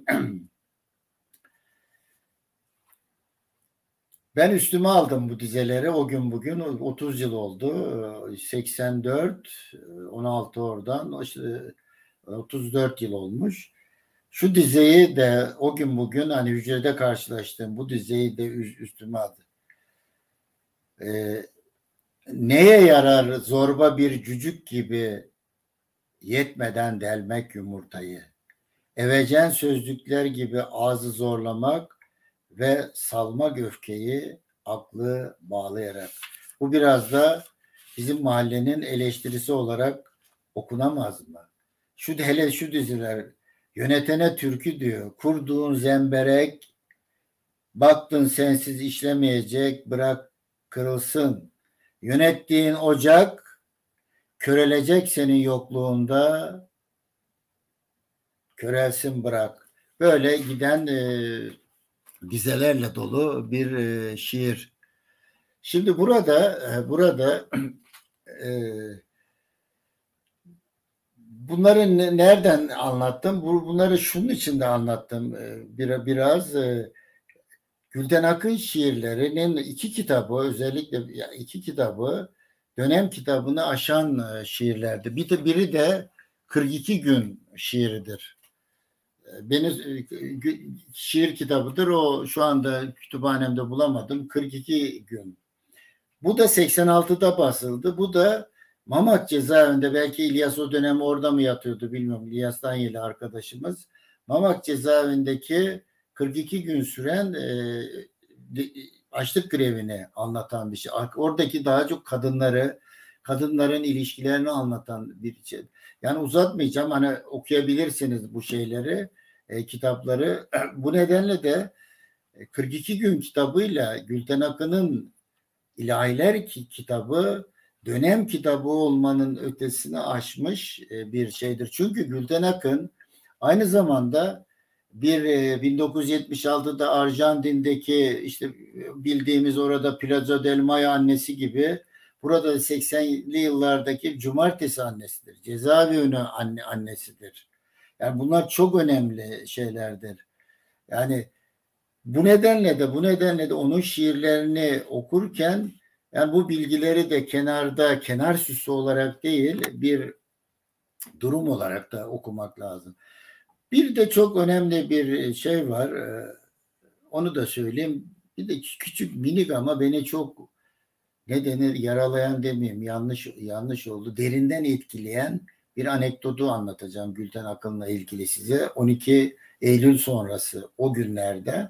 Ben üstüme aldım bu dizeleri. O gün bugün otuz yıl oldu. seksen dört, on altı oradan işte otuz dört yıl olmuş. Şu dizeyi de o gün bugün hani hücrede karşılaştığım bu dizeyi de üstüme aldım. Ee, Neye yarar zorba bir cücük gibi yetmeden delmek yumurtayı? Evecen sözcükler gibi ağzı zorlamak ve salmak öfkeyi aklı bağlayarak. Bu biraz da bizim mahallenin eleştirisi olarak okunamaz mı? Şu hele şu diziler yönetene türkü diyor. Kurduğun zemberek baktın sensiz işlemeyecek bırak kırılsın. Yönettiğin ocak körelecek senin yokluğunda körelsin bırak. Böyle giden e, dizelerle dolu bir e, şiir. Şimdi burada e, burada e, bunları ne, nereden anlattım? Bunları şunun için de anlattım. E, bir, biraz e, Gülten Akın şiirlerinin iki kitabı, özellikle iki kitabı dönem kitabını aşan e, şiirlerdi. Bir de biri de kırk iki gün şiiridir. Benim şiir kitabıdır. O şu anda kütüphanemde bulamadım. kırk iki gün. Bu da seksen altıda basıldı. Bu da Mamak cezaevinde, belki İlyas o dönem orada mı yatıyordu bilmiyorum. İlyas Danyeli arkadaşımız. Mamak cezaevindeki kırk iki gün süren e, açlık grevini anlatan bir şey. Oradaki daha çok kadınları, kadınların ilişkilerini anlatan bir şey. Yani uzatmayacağım, hani okuyabilirsiniz bu şeyleri, e, kitapları. Bu nedenle de kırk iki gün kitabıyla Gülten Akın'ın İlahiler kitabı dönem kitabı olmanın ötesini aşmış e, bir şeydir. Çünkü Gülten Akın aynı zamanda bir e, bin dokuz yüz yetmiş altıda Arjantin'deki işte bildiğimiz orada Plaza del Mayo annesi gibi, burada seksenli yıllardaki Cumartesi annesidir. Cezaevi önü anne, annesidir. Yani bunlar çok önemli şeylerdir. Yani bu nedenle de bu nedenle de onun şiirlerini okurken yani bu bilgileri de kenarda, kenar süsü olarak değil, bir durum olarak da okumak lazım. Bir de çok önemli bir şey var. Onu da söyleyeyim. Bir de küçük minik ama beni çok, ne denir, yaralayan demeyeyim, yanlış yanlış oldu. Derinden etkileyen bir anekdotu anlatacağım Gülten Akın'la ilgili size. on iki Eylül sonrası o günlerde.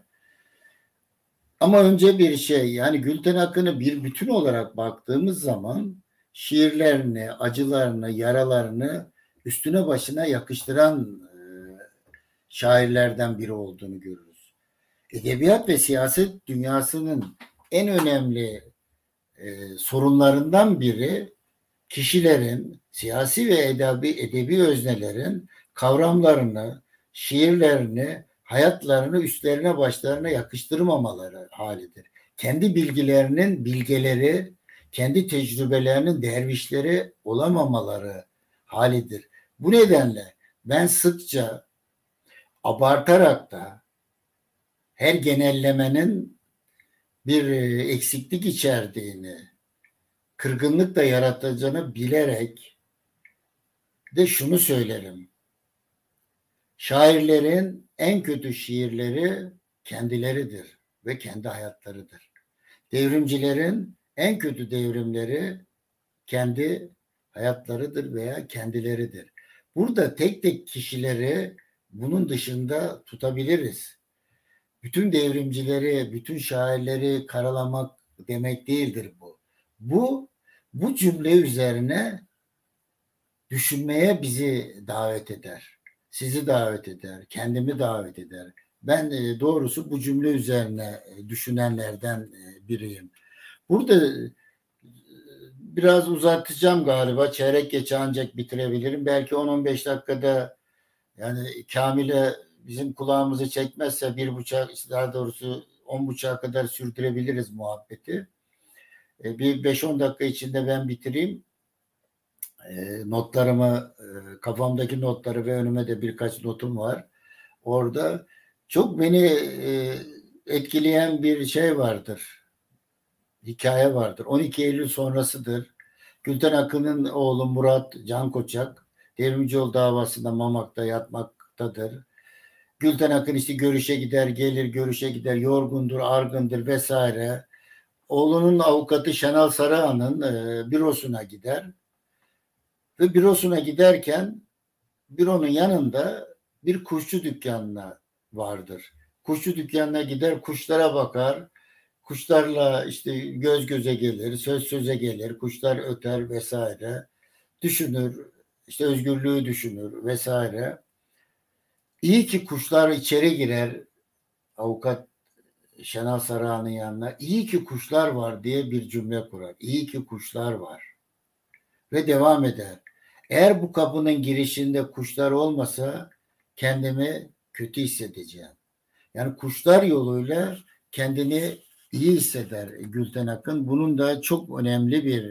Ama önce bir şey, yani Gülten Akın'ı bir bütün olarak baktığımız zaman şiirlerini, acılarını, yaralarını üstüne başına yakıştıran e, şairlerden biri olduğunu görürüz. Edebiyat ve siyaset dünyasının en önemli e, sorunlarından biri kişilerin, siyasi ve edebi, edebi öznelerin kavramlarını, şiirlerini, hayatlarını üstlerine başlarına yakıştırmamaları halidir. Kendi bilgilerinin bilgeleri, kendi tecrübelerinin dervişleri olamamaları halidir. Bu nedenle ben sıkça abartarak da her genellemenin bir eksiklik içerdiğini, kırgınlık da yaratacağını bilerek de şunu söylerim. Şairlerin en kötü şiirleri kendileridir ve kendi hayatlarıdır. Devrimcilerin en kötü devrimleri kendi hayatlarıdır veya kendileridir. Burada tek tek kişileri bunun dışında tutabiliriz. Bütün devrimcileri, bütün şairleri karalamak demek değildir bu. Bu bu cümle üzerine düşünmeye bizi davet eder. Sizi davet eder, kendimi davet eder. Ben e, doğrusu bu cümle üzerine e, düşünenlerden e, biriyim. Burada e, biraz uzatacağım galiba. Çeyrek geçe ancak bitirebilirim. Belki on on beş dakikada, yani Kamil'e bizim kulağımızı çekmezse bir buçuk, daha doğrusu on buçuğa kadar sürdürebiliriz muhabbeti. E, bir beş on dakika içinde ben bitireyim. E, notlarımı, e, kafamdaki notları ve önüme de birkaç notum var. Orada çok beni e, etkileyen bir şey vardır. Hikaye vardır. on iki Eylül sonrasıdır. Gülten Akın'ın oğlu Murat Can Koçak Devrimcioğlu davasında Mamak'ta yatmaktadır. Gülten Akın işte görüşe gider, gelir, görüşe gider, yorgundur, argındır vesaire. Oğlunun avukatı Şenal Sarıhan'ın e, bürosuna gider. Ve bürosuna giderken büronun yanında bir kuşçu dükkanına vardır. Kuşçu dükkanına gider, kuşlara bakar. Kuşlarla işte göz göze gelir, söz söze gelir, kuşlar öter vesaire. Düşünür, işte özgürlüğü düşünür vesaire. İyi ki kuşlar içeri girer, avukat Şenal Sarıhan'ın yanına. İyi ki kuşlar var diye bir cümle kurar. İyi ki kuşlar var. Ve devam eder. Eğer bu kapının girişinde kuşlar olmasa kendimi kötü hissedeceğim. Yani kuşlar yoluyla kendini iyi hisseder Gülten Akın. Bunun da çok önemli bir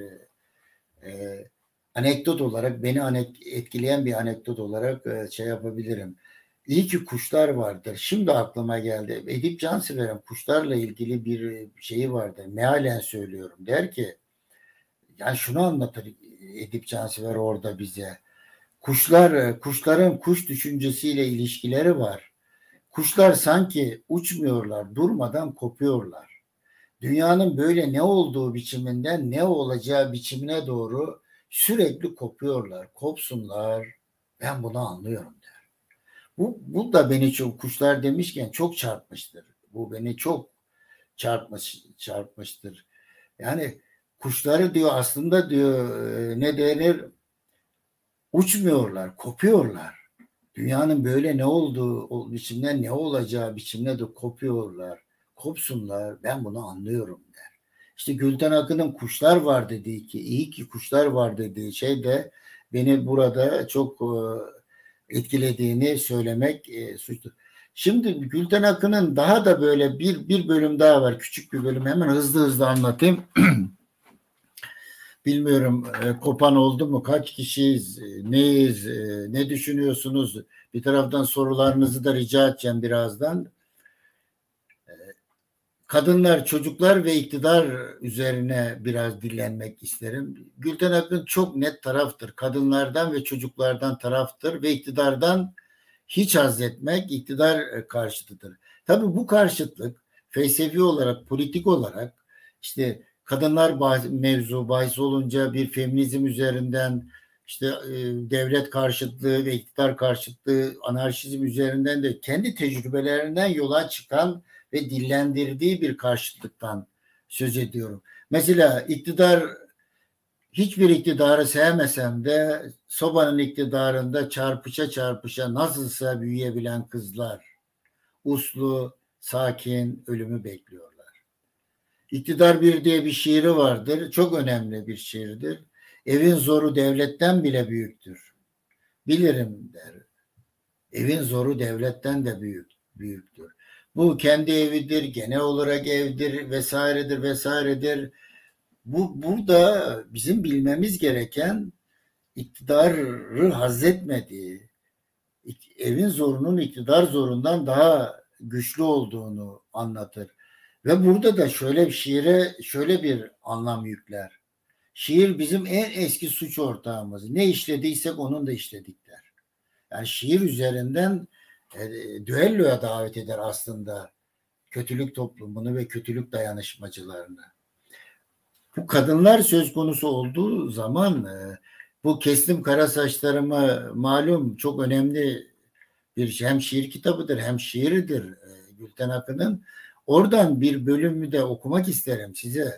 e, anekdot olarak, beni anek etkileyen bir anekdot olarak e, şey yapabilirim. İyi ki kuşlar vardır. Şimdi aklıma geldi. Edip Cansever'in kuşlarla ilgili bir şeyi vardır. Mealen söylüyorum. Der ki, yani şunu anlatır Edip Cansever orada bize. Kuşlar, kuşların kuş düşüncesiyle ilişkileri var. Kuşlar sanki uçmuyorlar, durmadan kopuyorlar. Dünyanın böyle ne olduğu biçiminden ne olacağı biçimine doğru sürekli kopuyorlar. Kopsunlar. Ben bunu anlıyorum der. Bu, bu da beni çok, kuşlar demişken, çok çarpmıştır. Bu beni çok çarpmış, çarpmıştır. Yani kuşları diyor aslında diyor e, ne denir, uçmuyorlar, kopuyorlar. Dünyanın böyle ne olduğu biçimden ne olacağı biçimde de kopuyorlar. Kopsunlar, ben bunu anlıyorum der. İşte Gülten Akın'ın kuşlar var dediği ki, iyi ki kuşlar var dediği şey de beni burada çok e, etkilediğini söylemek e, suçtur. Şimdi Gülten Akın'ın daha da böyle bir bir bölüm daha var. Küçük bir bölüm. Hemen hızlı hızlı anlatayım. Bilmiyorum e, kopan oldu mu? Kaç kişiyiz? E, neyiz? E, ne düşünüyorsunuz? Bir taraftan sorularınızı da rica edeceğim birazdan. E, kadınlar, çocuklar ve iktidar üzerine biraz dillenmek isterim. Gülten Akın çok net taraftır. Kadınlardan ve çocuklardan taraftır ve iktidardan hiç haz etmek iktidar e, karşıtıdır. Tabii bu karşıtlık felsefi olarak, politik olarak işte kadınlar bahs mevzu bahis olunca bir feminizm üzerinden işte e, devlet karşıtlığı ve iktidar karşıtlığı, anarşizm üzerinden de kendi tecrübelerinden yola çıkan ve dillendirdiği bir karşıtlıktan söz ediyorum. Mesela iktidar, hiçbir iktidarı sevmesem de sobanın iktidarında çarpışa çarpışa nasılsa büyüyebilen kızlar, uslu, sakin ölümü bekliyorlar. İktidar bir diye bir şiiri vardır. Çok önemli bir şiirdir. Evin zoru devletten bile büyüktür. Bilirim der. Evin zoru devletten de büyük, büyüktür. Bu kendi evidir, genel olarak evdir vesairedir vesairedir. Bu burada bizim bilmemiz gereken iktidarı hazzetmediği, evin zorunun iktidar zorundan daha güçlü olduğunu anlatır. Ve burada da şöyle bir şiire şöyle bir anlam yükler. Şiir bizim en eski suç ortağımız. Ne işlediysek onun da işledik der. Yani şiir üzerinden e, düelloya davet eder aslında kötülük toplumunu ve kötülük dayanışmacılarını. Bu kadınlar söz konusu olduğu zaman e, bu Kestim Kara Saçlarımı malum çok önemli bir şey. Hem şiir kitabıdır hem şiiridir e, Gülten Akın'ın. Oradan bir bölümü de okumak isterim size.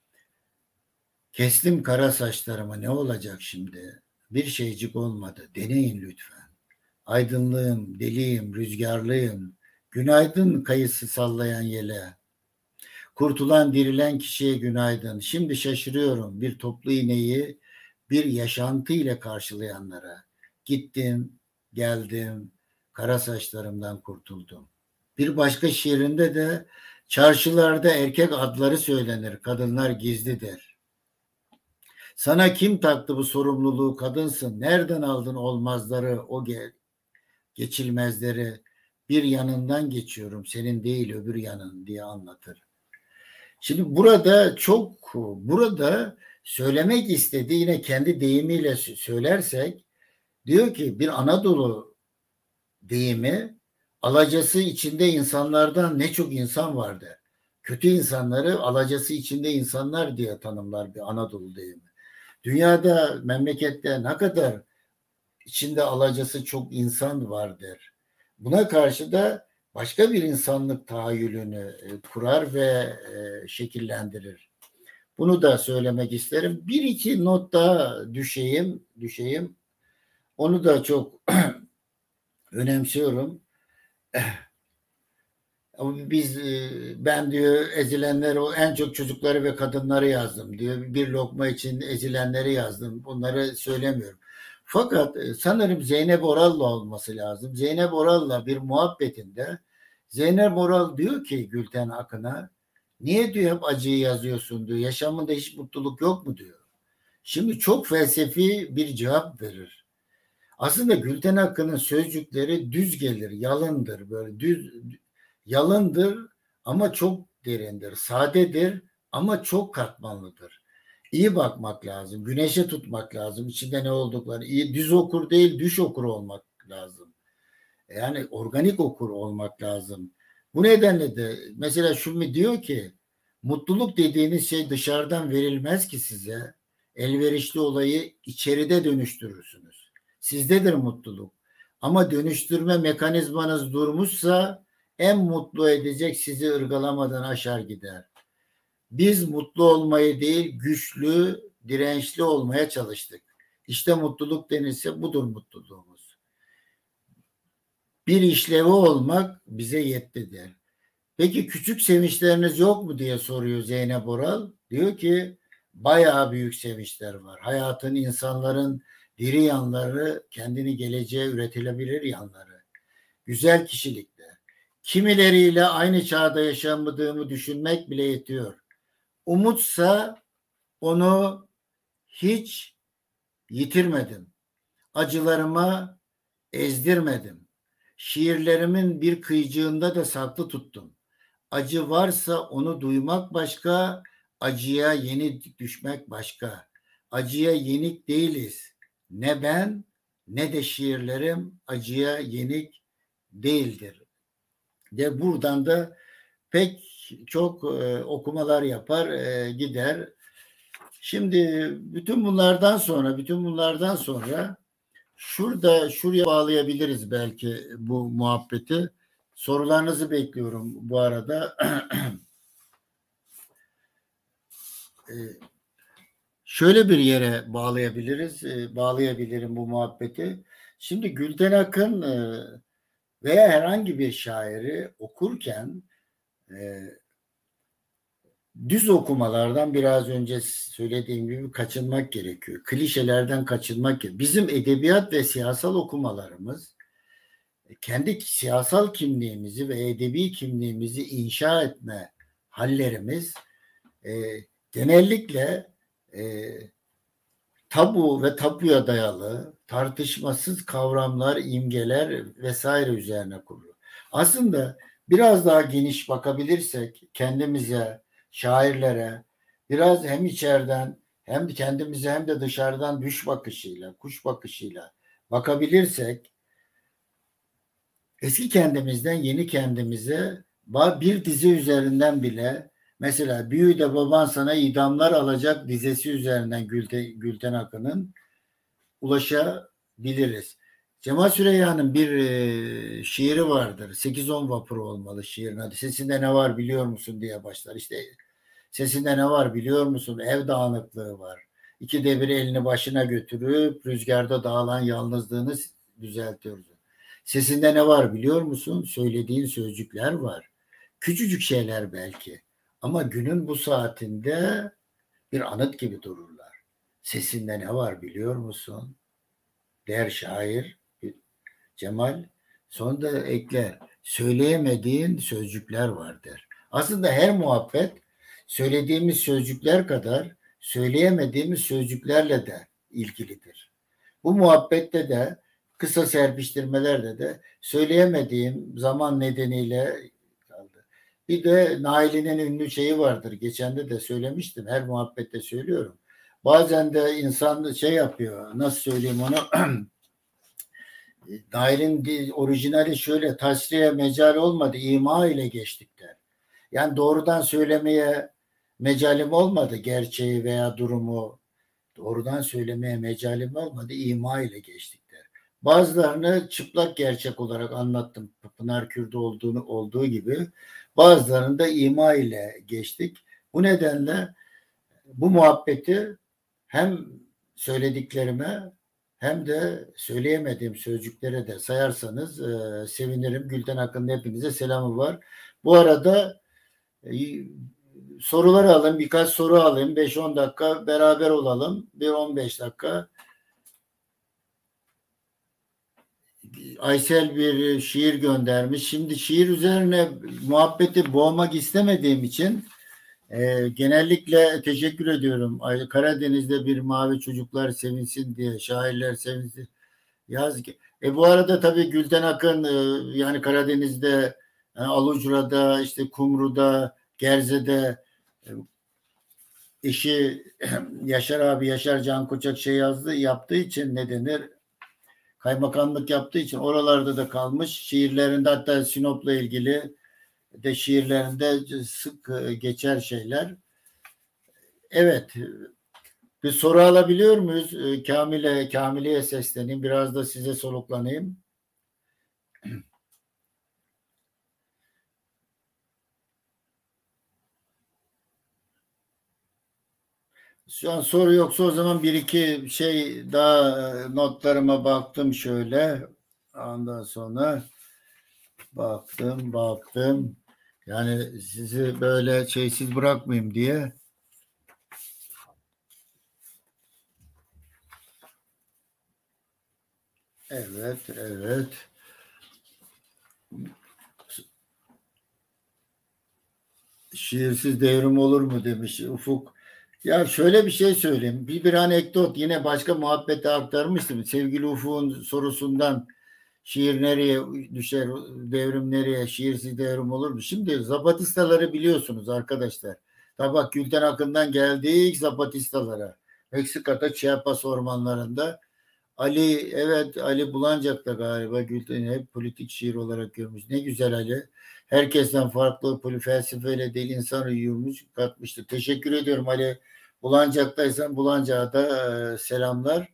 Kestim kara saçlarımı, ne olacak şimdi? Bir şeycik olmadı, deneyin lütfen. Aydınlığım, deliyim, rüzgarlıyım. Günaydın kayısı sallayan yele. Kurtulan dirilen kişiye günaydın. Şimdi şaşırıyorum bir toplu iğneyi bir yaşantı ile karşılayanlara. Gittim, geldim, kara saçlarımdan kurtuldum. Bir başka şiirinde de çarşılarda erkek adları söylenir, kadınlar gizlidir. Sana kim taktı bu sorumluluğu, kadınsın? Nereden aldın olmazları, o ge- geçilmezleri? Bir yanından geçiyorum, senin değil öbür yanın diye anlatır. Şimdi burada çok, burada söylemek istediği, yine kendi deyimiyle söylersek, diyor ki bir Anadolu deyimi, alacası içinde insanlardan ne çok insan vardı. Kötü insanları alacası içinde insanlar diye tanımlar bir Anadolu deyimi. Dünyada, memlekette ne kadar içinde alacası çok insan vardır. Buna karşı da başka bir insanlık tahayyülünü e, kurar ve e, şekillendirir. Bunu da söylemek isterim. Bir iki not daha düşeyim, düşeyim. Onu da çok önemsiyorum. Biz e, ben diyor ezilenleri, o en çok çocukları ve kadınları yazdım diyor. Bir lokma için ezilenleri yazdım. Bunları söylemiyorum. Fakat e, sanırım Zeynep Oral'la olması lazım. Zeynep Oral'la bir muhabbetinde Zeynep Oral diyor ki Gülten Akın'a, niye diyor hep acıyı yazıyorsun diyor. Yaşamında hiç mutluluk yok mu diyor. Şimdi çok felsefi bir cevap verir. Aslında Gülten Akın'ın sözcükleri düz gelir, yalındır, böyle düz, yalındır ama çok derindir, sadedir ama çok katmanlıdır. İyi bakmak lazım, güneşe tutmak lazım, içinde ne oldukları, iyi düz okur değil, düş okur olmak lazım. Yani organik okur olmak lazım. Bu nedenle de mesela Şumi diyor ki, mutluluk dediğiniz şey dışarıdan verilmez ki size. Elverişli olayı içeride dönüştürürsünüz. Sizdedir mutluluk. Ama dönüştürme mekanizmanız durmuşsa en mutlu edecek sizi ırgalamadan aşar gider. Biz mutlu olmayı değil, güçlü, dirençli olmaya çalıştık. İşte mutluluk denilse budur mutluluğumuz. Bir işlevi olmak bize yetti der. Peki küçük sevinçleriniz yok mu diye soruyor Zeynep Oral. Diyor ki bayağı büyük sevinçler var. Hayatın, insanların diri yanları, kendini geleceğe üretilebilir yanları. Güzel kişilikler. Kimileriyle aynı çağda yaşamadığımı düşünmek bile yetiyor. Umutsa onu hiç yitirmedim. Acılarıma ezdirmedim. Şiirlerimin bir kıyıcığında da saklı tuttum. Acı varsa onu duymak başka, acıya yenik düşmek başka. Acıya yenik değiliz. Ne ben ne de şiirlerim acıya yenik değildir. De buradan da pek çok e, okumalar yapar e, gider. Şimdi bütün bunlardan sonra, bütün bunlardan sonra şurada şuraya bağlayabiliriz belki bu muhabbeti. Sorularınızı bekliyorum bu arada. Ee, şöyle bir yere bağlayabiliriz, e, bağlayabilirim bu muhabbeti. Şimdi Gülten Akın e, veya herhangi bir şairi okurken e, düz okumalardan biraz önce söylediğim gibi kaçınmak gerekiyor. Klişelerden kaçınmak gerekiyor. Bizim edebiyat ve siyasal okumalarımız kendi siyasal kimliğimizi ve edebi kimliğimizi inşa etme hallerimiz e, genellikle e, tabu ve tabuya dayalı tartışmasız kavramlar, imgeler vesaire üzerine kurulu. Aslında biraz daha geniş bakabilirsek kendimize, şairlere, biraz hem içeriden hem de kendimize hem de dışarıdan düş bakışıyla, kuş bakışıyla bakabilirsek eski kendimizden yeni kendimize bir dizi üzerinden bile mesela Büyü de Baban Sana idamlar alacak dizesi üzerinden Gülten, Gülten Akın'ın ulaşabiliriz. Cemal Süreyya'nın bir e, şiiri vardır. sekiz on vapuru olmalı şiirin adı. Sesinde ne var biliyor musun diye başlar. İşte sesinde ne var biliyor musun? Ev dağınıklığı var. İkide bir elini başına götürüp rüzgarda dağılan yalnızlığını düzeltiyoruz. Sesinde ne var biliyor musun? Söylediğin sözcükler var. Küçücük şeyler belki. Ama günün bu saatinde bir anıt gibi dururlar. Sesinde ne var biliyor musun? Der şair Cemal. Sonra da ekler. Söyleyemediğin sözcükler var der. Aslında her muhabbet söylediğimiz sözcükler kadar söyleyemediğimiz sözcüklerle de ilgilidir. Bu muhabbette de kısa serpiştirmelerde de söyleyemediğim zaman nedeniyle kaldı. Bir de Nail'in ünlü şeyi vardır. Geçen de de söylemiştim. Her muhabbette söylüyorum. Bazen de insan şey yapıyor. Nasıl söyleyeyim onu? Nail'in orijinali şöyle tasriye mecal olmadı. İma ile geçtik der. Yani doğrudan söylemeye mecalim olmadı gerçeği veya durumu. Doğrudan söylemeye mecalim olmadı. İma ile geçtik der. Bazılarını çıplak gerçek olarak anlattım. Pınar Kürt'ü olduğunu olduğu gibi. Bazılarını da ima ile geçtik. Bu nedenle bu muhabbeti hem söylediklerime hem de söyleyemediğim sözcüklere de sayarsanız e, sevinirim. Gülten Akın'ın hepinize selamı var. Bu arada e, sorular alın. Birkaç soru alayım. beş on dakika beraber olalım. Bir on beş dakika. Aysel bir şiir göndermiş. Şimdi şiir üzerine muhabbeti boğmak istemediğim için e, genellikle teşekkür ediyorum. Karadeniz'de bir mavi çocuklar sevinsin diye, şairler sevinsin. Yaz ki. E bu arada tabii Gülten Akın e, yani Karadeniz'de yani Alucra'da, işte Kumru'da, Gerze'de e, eşi Yaşar abi, Yaşar Can Koçak şey yazdı, yaptığı için ne denir? Kaymakamlık yaptığı için oralarda da kalmış. Şiirlerinde hatta Sinop'la ilgili de şiirlerinde sık geçer şeyler. Evet. Bir soru alabiliyor muyuz? Kamile, Kamile'ye sesleneyim. Biraz da size soluklanayım. Şu an soru yoksa o zaman bir iki şey daha, e, notlarıma baktım şöyle. Ondan sonra baktım baktım. Yani sizi böyle şeysiz bırakmayayım diye. Evet, evet. Şiirsiz devrim olur mu demiş Ufuk. Ya şöyle bir şey söyleyeyim. Bir bir anekdot yine başka muhabbete aktarmıştım. Sevgili Ufuk'un sorusundan şiir nereye düşer, devrim nereye, şiirsiz devrim olur mu? Şimdi Zapatistaları biliyorsunuz arkadaşlar. Tabak Gülten Akın'dan geldik Zapatistalara. Meksika'da Chiapas ormanlarında Ali, evet, Ali Bulancak da galiba Gülten'i hep politik şiir olarak görmüş. Ne güzel Ali. Herkesten farklı poli felsefeyle değil insan uyuyormuş katmıştı. Teşekkür ediyorum Ali. Bulancak'taysan Bulancak'a da e, selamlar.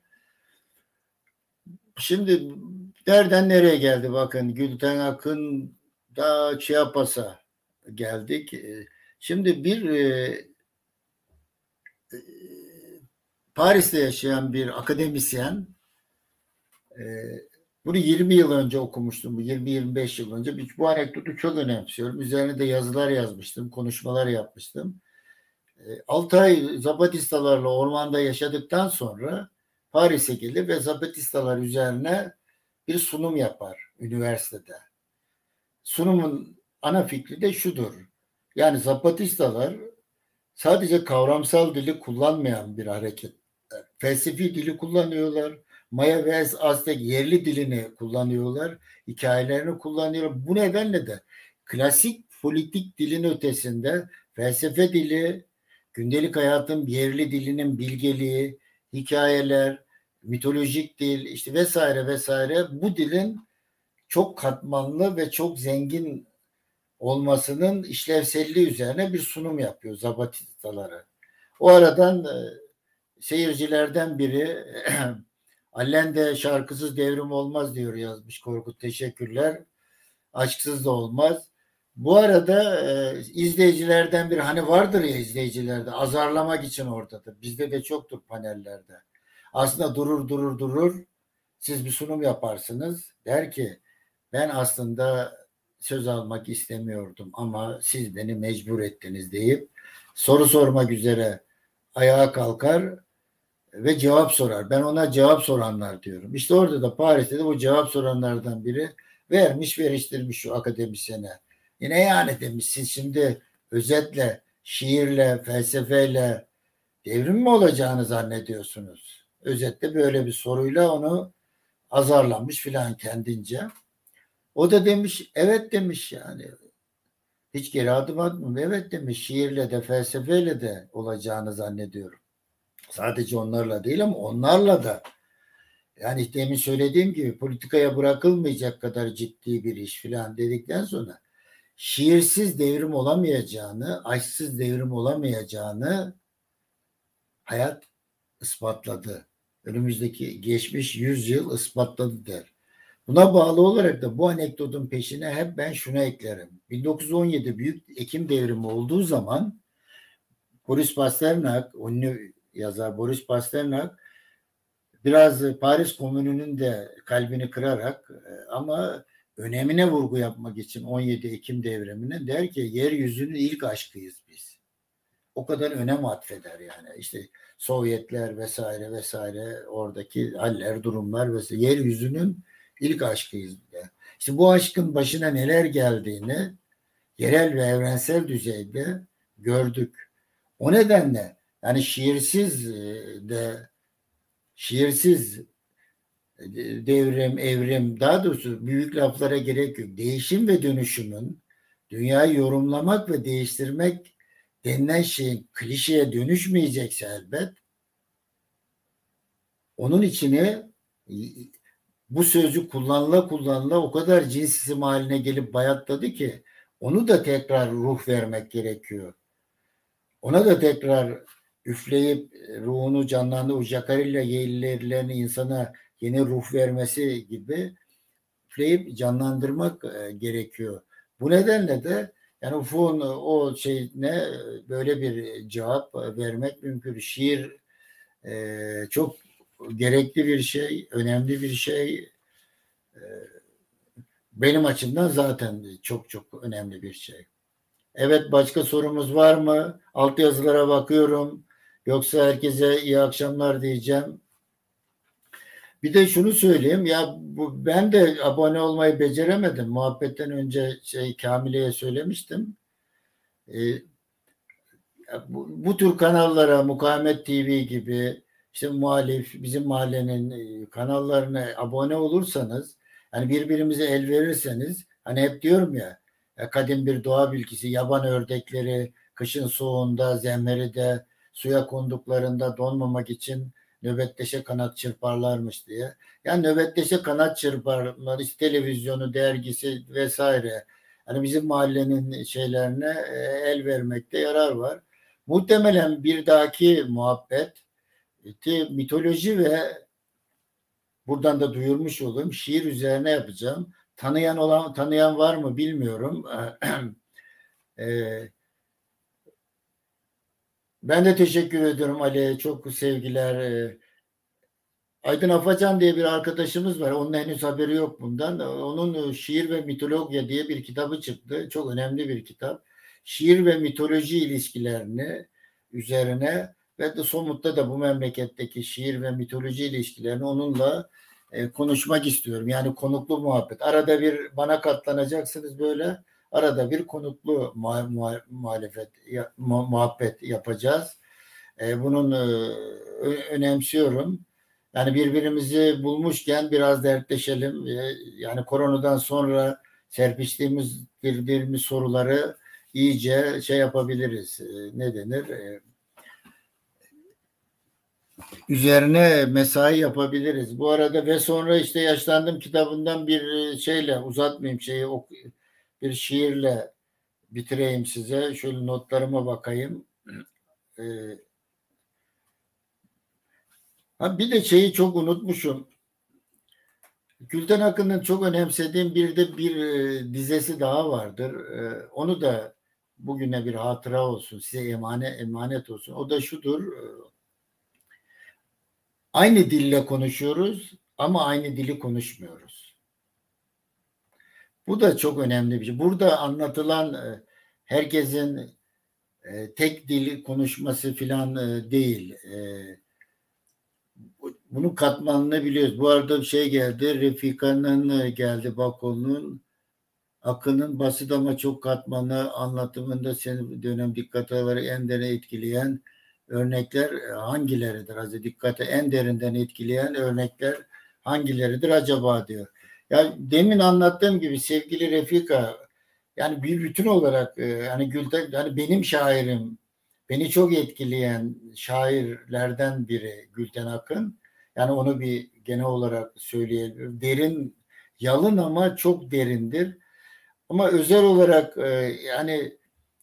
Şimdi nereden nereye geldi bakın. Gülten Akın da Chiapas'a geldik. E, Şimdi bir e, e, Paris'te yaşayan bir akademisyen, Ee, bunu yirmi yıl önce okumuştum. Bu yirmi yirmi beş yıl önce. Bu anekdotu çok önemsiyorum. Üzerine de yazılar yazmıştım, konuşmalar yapmıştım. altı ay Zapatistalarla ormanda yaşadıktan sonra Paris'e gelir ve Zapatistalar üzerine bir sunum yapar üniversitede. Sunumun ana fikri de şudur. Yani Zapatistalar sadece kavramsal dili kullanmayan bir hareket. Felsefi dili kullanıyorlar. Maya ve Aztek yerli dilini kullanıyorlar. Hikayelerini kullanıyorlar. Bu nedenle de klasik politik dilin ötesinde felsefe dili, gündelik hayatın yerli dilinin bilgeliği, hikayeler, mitolojik dil işte vesaire vesaire bu dilin çok katmanlı ve çok zengin olmasının işlevselliği üzerine bir sunum yapıyor Zapatistaları. O aradan e, seyircilerden biri Allende şarkısız devrim olmaz diyor yazmış Korkut. Teşekkürler. Aşksız da olmaz. Bu arada e, izleyicilerden biri hani vardır ya izleyicilerde azarlamak için oradadır. Bizde de çoktur panellerde. Aslında durur durur durur. Siz bir sunum yaparsınız. Der ki ben aslında söz almak istemiyordum ama siz beni mecbur ettiniz deyip soru sormak üzere ayağa kalkar ve cevap sorar. Ben ona cevap soranlar diyorum. İşte orada da Paris'te de bu cevap soranlardan biri vermiş veriştirmiş şu akademisyene. Yine yani demiş siz şimdi özetle, şiirle, felsefeyle devrim mi olacağını zannediyorsunuz? Özetle böyle bir soruyla onu azarlamış filan kendince. O da demiş evet demiş yani hiç geri adım atmam. Evet demiş şiirle de felsefeyle de olacağını zannediyorum. Sadece onlarla değil ama onlarla da yani demin söylediğim gibi politikaya bırakılmayacak kadar ciddi bir iş filan dedikten sonra şiirsiz devrim olamayacağını, aşksız devrim olamayacağını hayat ispatladı. Önümüzdeki geçmiş yüz yıl ispatladı der. Buna bağlı olarak da bu anekdotun peşine hep ben şunu eklerim. bin dokuz yüz on yedi Büyük Ekim Devrimi olduğu zaman Boris Pasternak, ünlü yazar Boris Pasternak biraz Paris Komünü'nün de kalbini kırarak e, ama önemine vurgu yapmak için on yedi Ekim devrimine der ki yeryüzünün ilk aşkıyız biz. O kadar önem atfeder yani. İşte Sovyetler vesaire vesaire oradaki haller, durumlar vesaire yeryüzünün ilk aşkıyız. Yani. İşte bu aşkın başına neler geldiğini yerel ve evrensel düzeyde gördük. O nedenle yani şiirsiz de şiirsiz devrim, evrim, daha doğrusu büyük laflara gerek yok. Değişim ve dönüşümün dünyayı yorumlamak ve değiştirmek denilen şeyin klişeye dönüşmeyecekse elbet onun içine bu sözcük kullanıla kullanıla o kadar cins isim haline gelip bayatladı ki onu da tekrar ruh vermek gerekiyor. Ona da tekrar üfleyip ruhunu canlandı. O Jacarilla yeğillerinin insana yeni ruh vermesi gibi üfleyip canlandırmak e, gerekiyor. Bu nedenle de Yani Ufuk'un o şeyine böyle bir cevap vermek mümkün. Şiir e, çok gerekli bir şey, önemli bir şey. E, Benim açımdan zaten çok çok önemli bir şey. Evet, başka sorumuz var mı? Altyazılara bakıyorum. Yoksa herkese iyi akşamlar diyeceğim. Bir de şunu söyleyeyim ya, bu, ben de abone olmayı beceremedim. Muhabbetten önce şey Kamile'ye söylemiştim. Ee, bu, bu tür kanallara Mukavemet T V gibi işte muhalif bizim mahallenin e, kanallarına abone olursanız, hani birbirimize el verirseniz, hani hep diyorum ya, ya kadim bir doğa bilgisi, yaban ördekleri kışın soğuğunda zemheride suya konduklarında donmamak için nöbetleşe kanat çırparlarmış diye. Yani nöbetleşe kanat çırparlar, işte televizyonu, dergisi vesaire. Hani bizim mahallenin şeylerine e, el vermekte yarar var. Muhtemelen bir dahaki muhabbet mitoloji ve, buradan da duyurmuş olayım, şiir üzerine yapacağım. Tanıyan olan tanıyan var mı bilmiyorum. Ee, Ben de teşekkür ediyorum Ali. Çok sevgiler. Ee, Aydın Afacan diye bir arkadaşımız var. Onun henüz haberi yok bundan. Onun Şiir ve Mitologya diye bir kitabı çıktı. Çok önemli bir kitap. Şiir ve mitoloji ilişkilerini üzerine ve de somutta da bu memleketteki şiir ve mitoloji ilişkilerini onunla e, konuşmak istiyorum. Yani konuklu muhabbet. Arada bir bana katlanacaksınız böyle. Arada bir konuklu muha- muha- muhalefet, ya- mu- muhabbet yapacağız. E, bunun e, ö- önemsiyorum. Yani birbirimizi bulmuşken biraz dertleşelim. E, yani koronadan sonra serpiştiğimiz girdiğimiz soruları iyice şey yapabiliriz. E, ne denir? E, üzerine mesai yapabiliriz. Bu arada ve sonra işte yaşlandım kitabından bir e, şeyle uzatmayayım şeyi ok bir şiirle bitireyim size. Şöyle notlarıma bakayım. E, ha bir de şeyi çok unutmuşum. Gülten Akın'ın çok önemsediğim bir de bir e, dizesi daha vardır. E, onu da bugüne bir hatıra olsun, size emanet, emanet olsun. O da şudur. E, aynı dille konuşuyoruz ama aynı dili konuşmuyoruz. Bu da çok önemli bir şey. Burada anlatılan e, herkesin e, tek dili konuşması filan e, değil. E, bunun katmanını biliyoruz. Bu arada bir şey geldi. Refika'nın e, geldi Bakol'un. Akın'ın basit ama çok katmanlı anlatımında seni dönem dikkate alarak en derin etkileyen örnekler e, hangileridir? Az dikkate en derinden etkileyen örnekler hangileridir acaba diyor. Ya demin anlattığım gibi sevgili Refika, yani bir bütün olarak e, yani Gülten, yani benim şairim, beni çok etkileyen şairlerden biri Gülten Akın. Yani onu bir genel olarak söyleyelim. Derin, yalın ama çok derindir. Ama özel olarak e, yani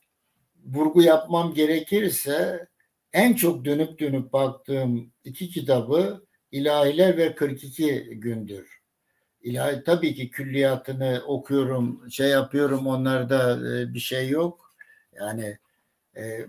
vurgu yapmam gerekirse en çok dönüp dönüp baktığım iki kitabı İlahiler ve kırk iki Gündür. İlahi tabii ki külliyatını okuyorum, şey yapıyorum, onlarda e, bir şey yok. Yani e,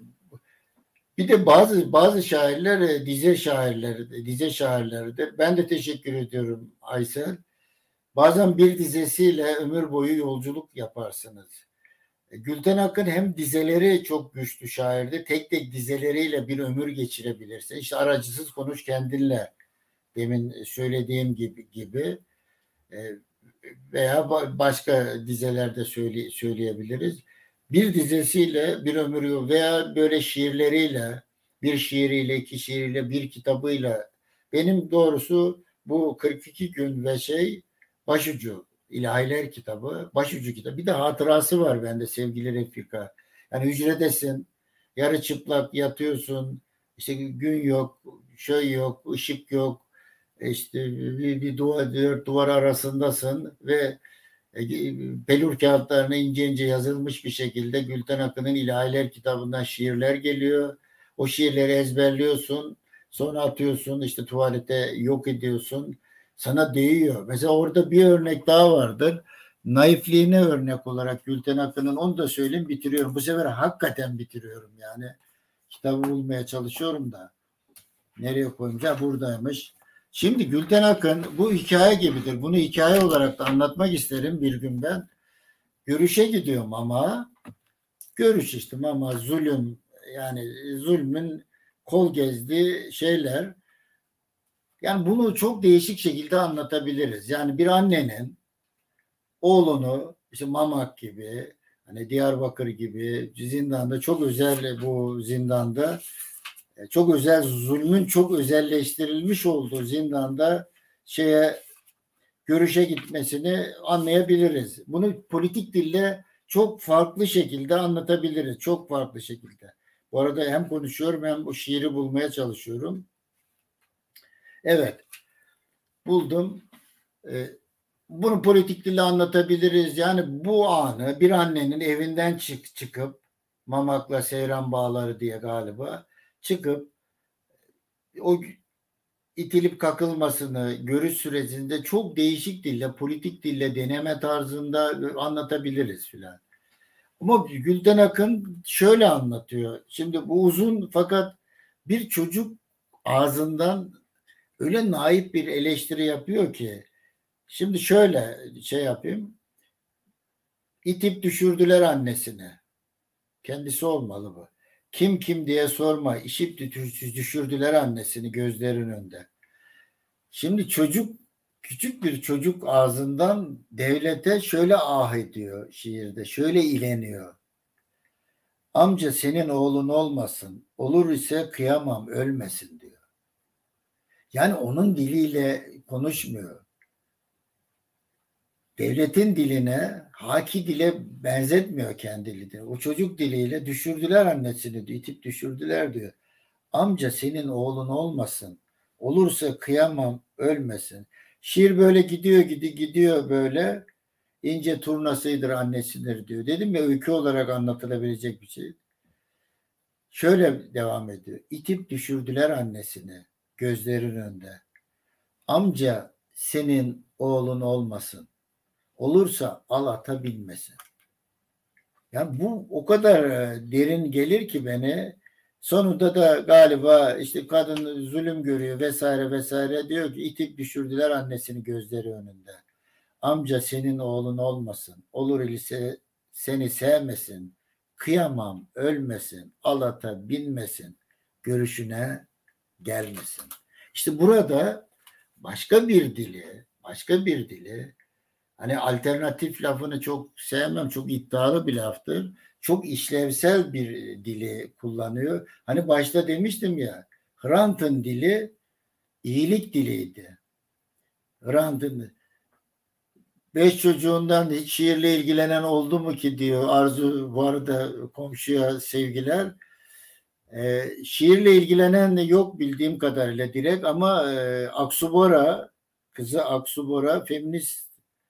bir de bazı bazı şairler e, dize şairleri, dize şairleridir. Ben de teşekkür ediyorum Aysel. Bazen bir dizesiyle ömür boyu yolculuk yaparsınız. E, Gülten Akın hem dizeleri çok güçlü şairdi. Tek tek dizeleriyle bir ömür geçirebilirsin. İşte Aracısız Konuş Kendinle, demin söylediğim gibi gibi e, veya başka dizelerde söyle, söyleyebiliriz. Bir dizesiyle bir ömür yolu veya böyle şiirleriyle, bir şiiriyle, iki şiiriyle, bir kitabıyla, benim doğrusu bu kırk iki gün ve şey başucu İlahiler kitabı, başucu kitabı. Bir de hatırası var bende sevgili Refika. Yani hücredesin, yarı çıplak yatıyorsun, işte gün yok, şey yok, ışık yok, işte bir, bir duvar, dört duvar arasındasın ve e, pelur kağıtlarına ince ince yazılmış bir şekilde Gülten Akın'ın İlahiler kitabından şiirler geliyor. O şiirleri ezberliyorsun. Sonra atıyorsun, işte tuvalete yok ediyorsun. Sana değiyor. Mesela orada bir örnek daha vardır. naifliğine örnek olarak Gülten Akın'ın, onu da söyleyeyim, bitiriyorum. Bu sefer hakikaten bitiriyorum yani. Kitabı bulmaya çalışıyorum da nereye koyunca buradaymış. Şimdi Gülten Akın bu hikaye gibidir. Bunu hikaye olarak da anlatmak isterim bir gün ben. Görüşe gidiyorum ama görüş işte ama zulüm, yani zulmün kol gezdiği şeyler. Yani bunu çok değişik şekilde anlatabiliriz. Yani bir annenin oğlunu işte Mamak gibi, hani Diyarbakır gibi zindanda, çok özel bu zindanda, e, çok özel, zulmün çok özelleştirilmiş olduğu zindanda şeye, görüşe gitmesini anlayabiliriz. Bunu politik dille çok farklı şekilde anlatabiliriz. Çok farklı şekilde. Bu arada hem konuşuyorum hem bu şiiri bulmaya çalışıyorum. Evet, buldum. Ee, Bunu politik dille anlatabiliriz. Yani bu anı bir annenin evinden çık çıkıp Mamak'la Seyran Bağları diye galiba çıkıp o itilip kakılmasını görüş sürecinde çok değişik dille, politik dille, deneme tarzında anlatabiliriz filan. Ama Gülten Akın şöyle anlatıyor. Şimdi bu uzun, fakat bir çocuk ağzından öyle naif bir eleştiri yapıyor ki. Şimdi şöyle şey yapayım. İtip düşürdüler annesini. Kendisi olmalı bu. Kim kim diye sorma. İşip düşürdüler annesini gözlerin önünde. Şimdi çocuk, küçük bir çocuk ağzından devlete şöyle ah ediyor şiirde. Şöyle ileniyor. Amca senin oğlun olmasın. Olur ise kıyamam ölmesin diyor. Yani onun diliyle konuşmuyor. Devletin diline, haki dile benzetmiyor kendi dilini. O çocuk diliyle düşürdüler annesini diyor. İtip düşürdüler diyor. Amca senin oğlun olmasın. Olursa kıyamam ölmesin. Şiir böyle gidiyor gidiyor gidiyor böyle. İnce turnasıdır annesidir diyor. Dedim ya, öykü olarak anlatılabilecek bir şey. Şöyle devam ediyor. İtip düşürdüler annesini gözlerin önünde. Amca senin oğlun olmasın. Olursa al ata binmesin. Yani bu o kadar e, derin gelir ki beni. Sonunda da galiba işte kadın zulüm görüyor vesaire vesaire, diyor ki itip düşürdüler annesini gözleri önünde. Amca senin oğlun olmasın. Olur ise seni sevmesin. Kıyamam ölmesin. Alata binmesin. Görüşüne gelmesin. İşte burada başka bir dili, başka bir dili, hani alternatif lafını çok sevmem, çok iddialı bir laftır. Çok işlevsel bir dili kullanıyor. Hani başta demiştim ya, Hrant'ın dili iyilik diliydi. Hrant'ın beş çocuğundan hiç şiirle ilgilenen oldu mu ki diyor. Arzu var da komşuya sevgiler. E, şiirle ilgilenen yok bildiğim kadarıyla direkt, ama e, Aksubora, kızı Aksubora feminist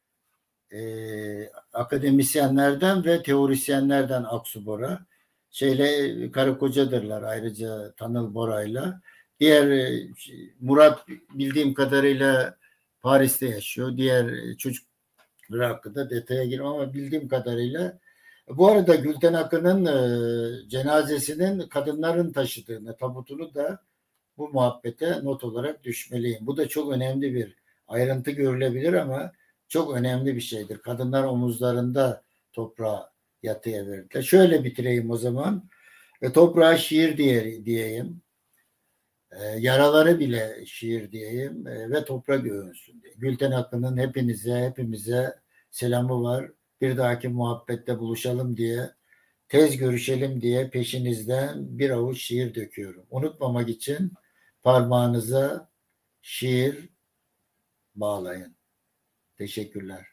e, akademisyenlerden ve teorisyenlerden Aksubora. Şeyle karı kocadırlar ayrıca Tanıl Bora'yla. Diğer e, Murat bildiğim kadarıyla Paris'te yaşıyor. Diğer e, çocuk hakkında detaya girmem ama bildiğim kadarıyla. Bu arada Gülten Akın'ın e, cenazesinin kadınların taşıdığını, tabutunu da bu muhabbete not olarak düşmeliyim. Bu da çok önemli bir ayrıntı görülebilir ama çok önemli bir şeydir. Kadınlar omuzlarında toprağa yatıya verdiler. Şöyle bitireyim o zaman. E, toprağa şiir diye, diyeyim. E, yaraları bile şiir diyeyim e, ve toprak övünsün diye. Gülten Akın'ın hepinize, hepimize selamı var. Bir dahaki muhabbette buluşalım diye, tez görüşelim diye peşinizden bir avuç şiir döküyorum. Unutmamak için parmağınıza şiir bağlayın. Teşekkürler.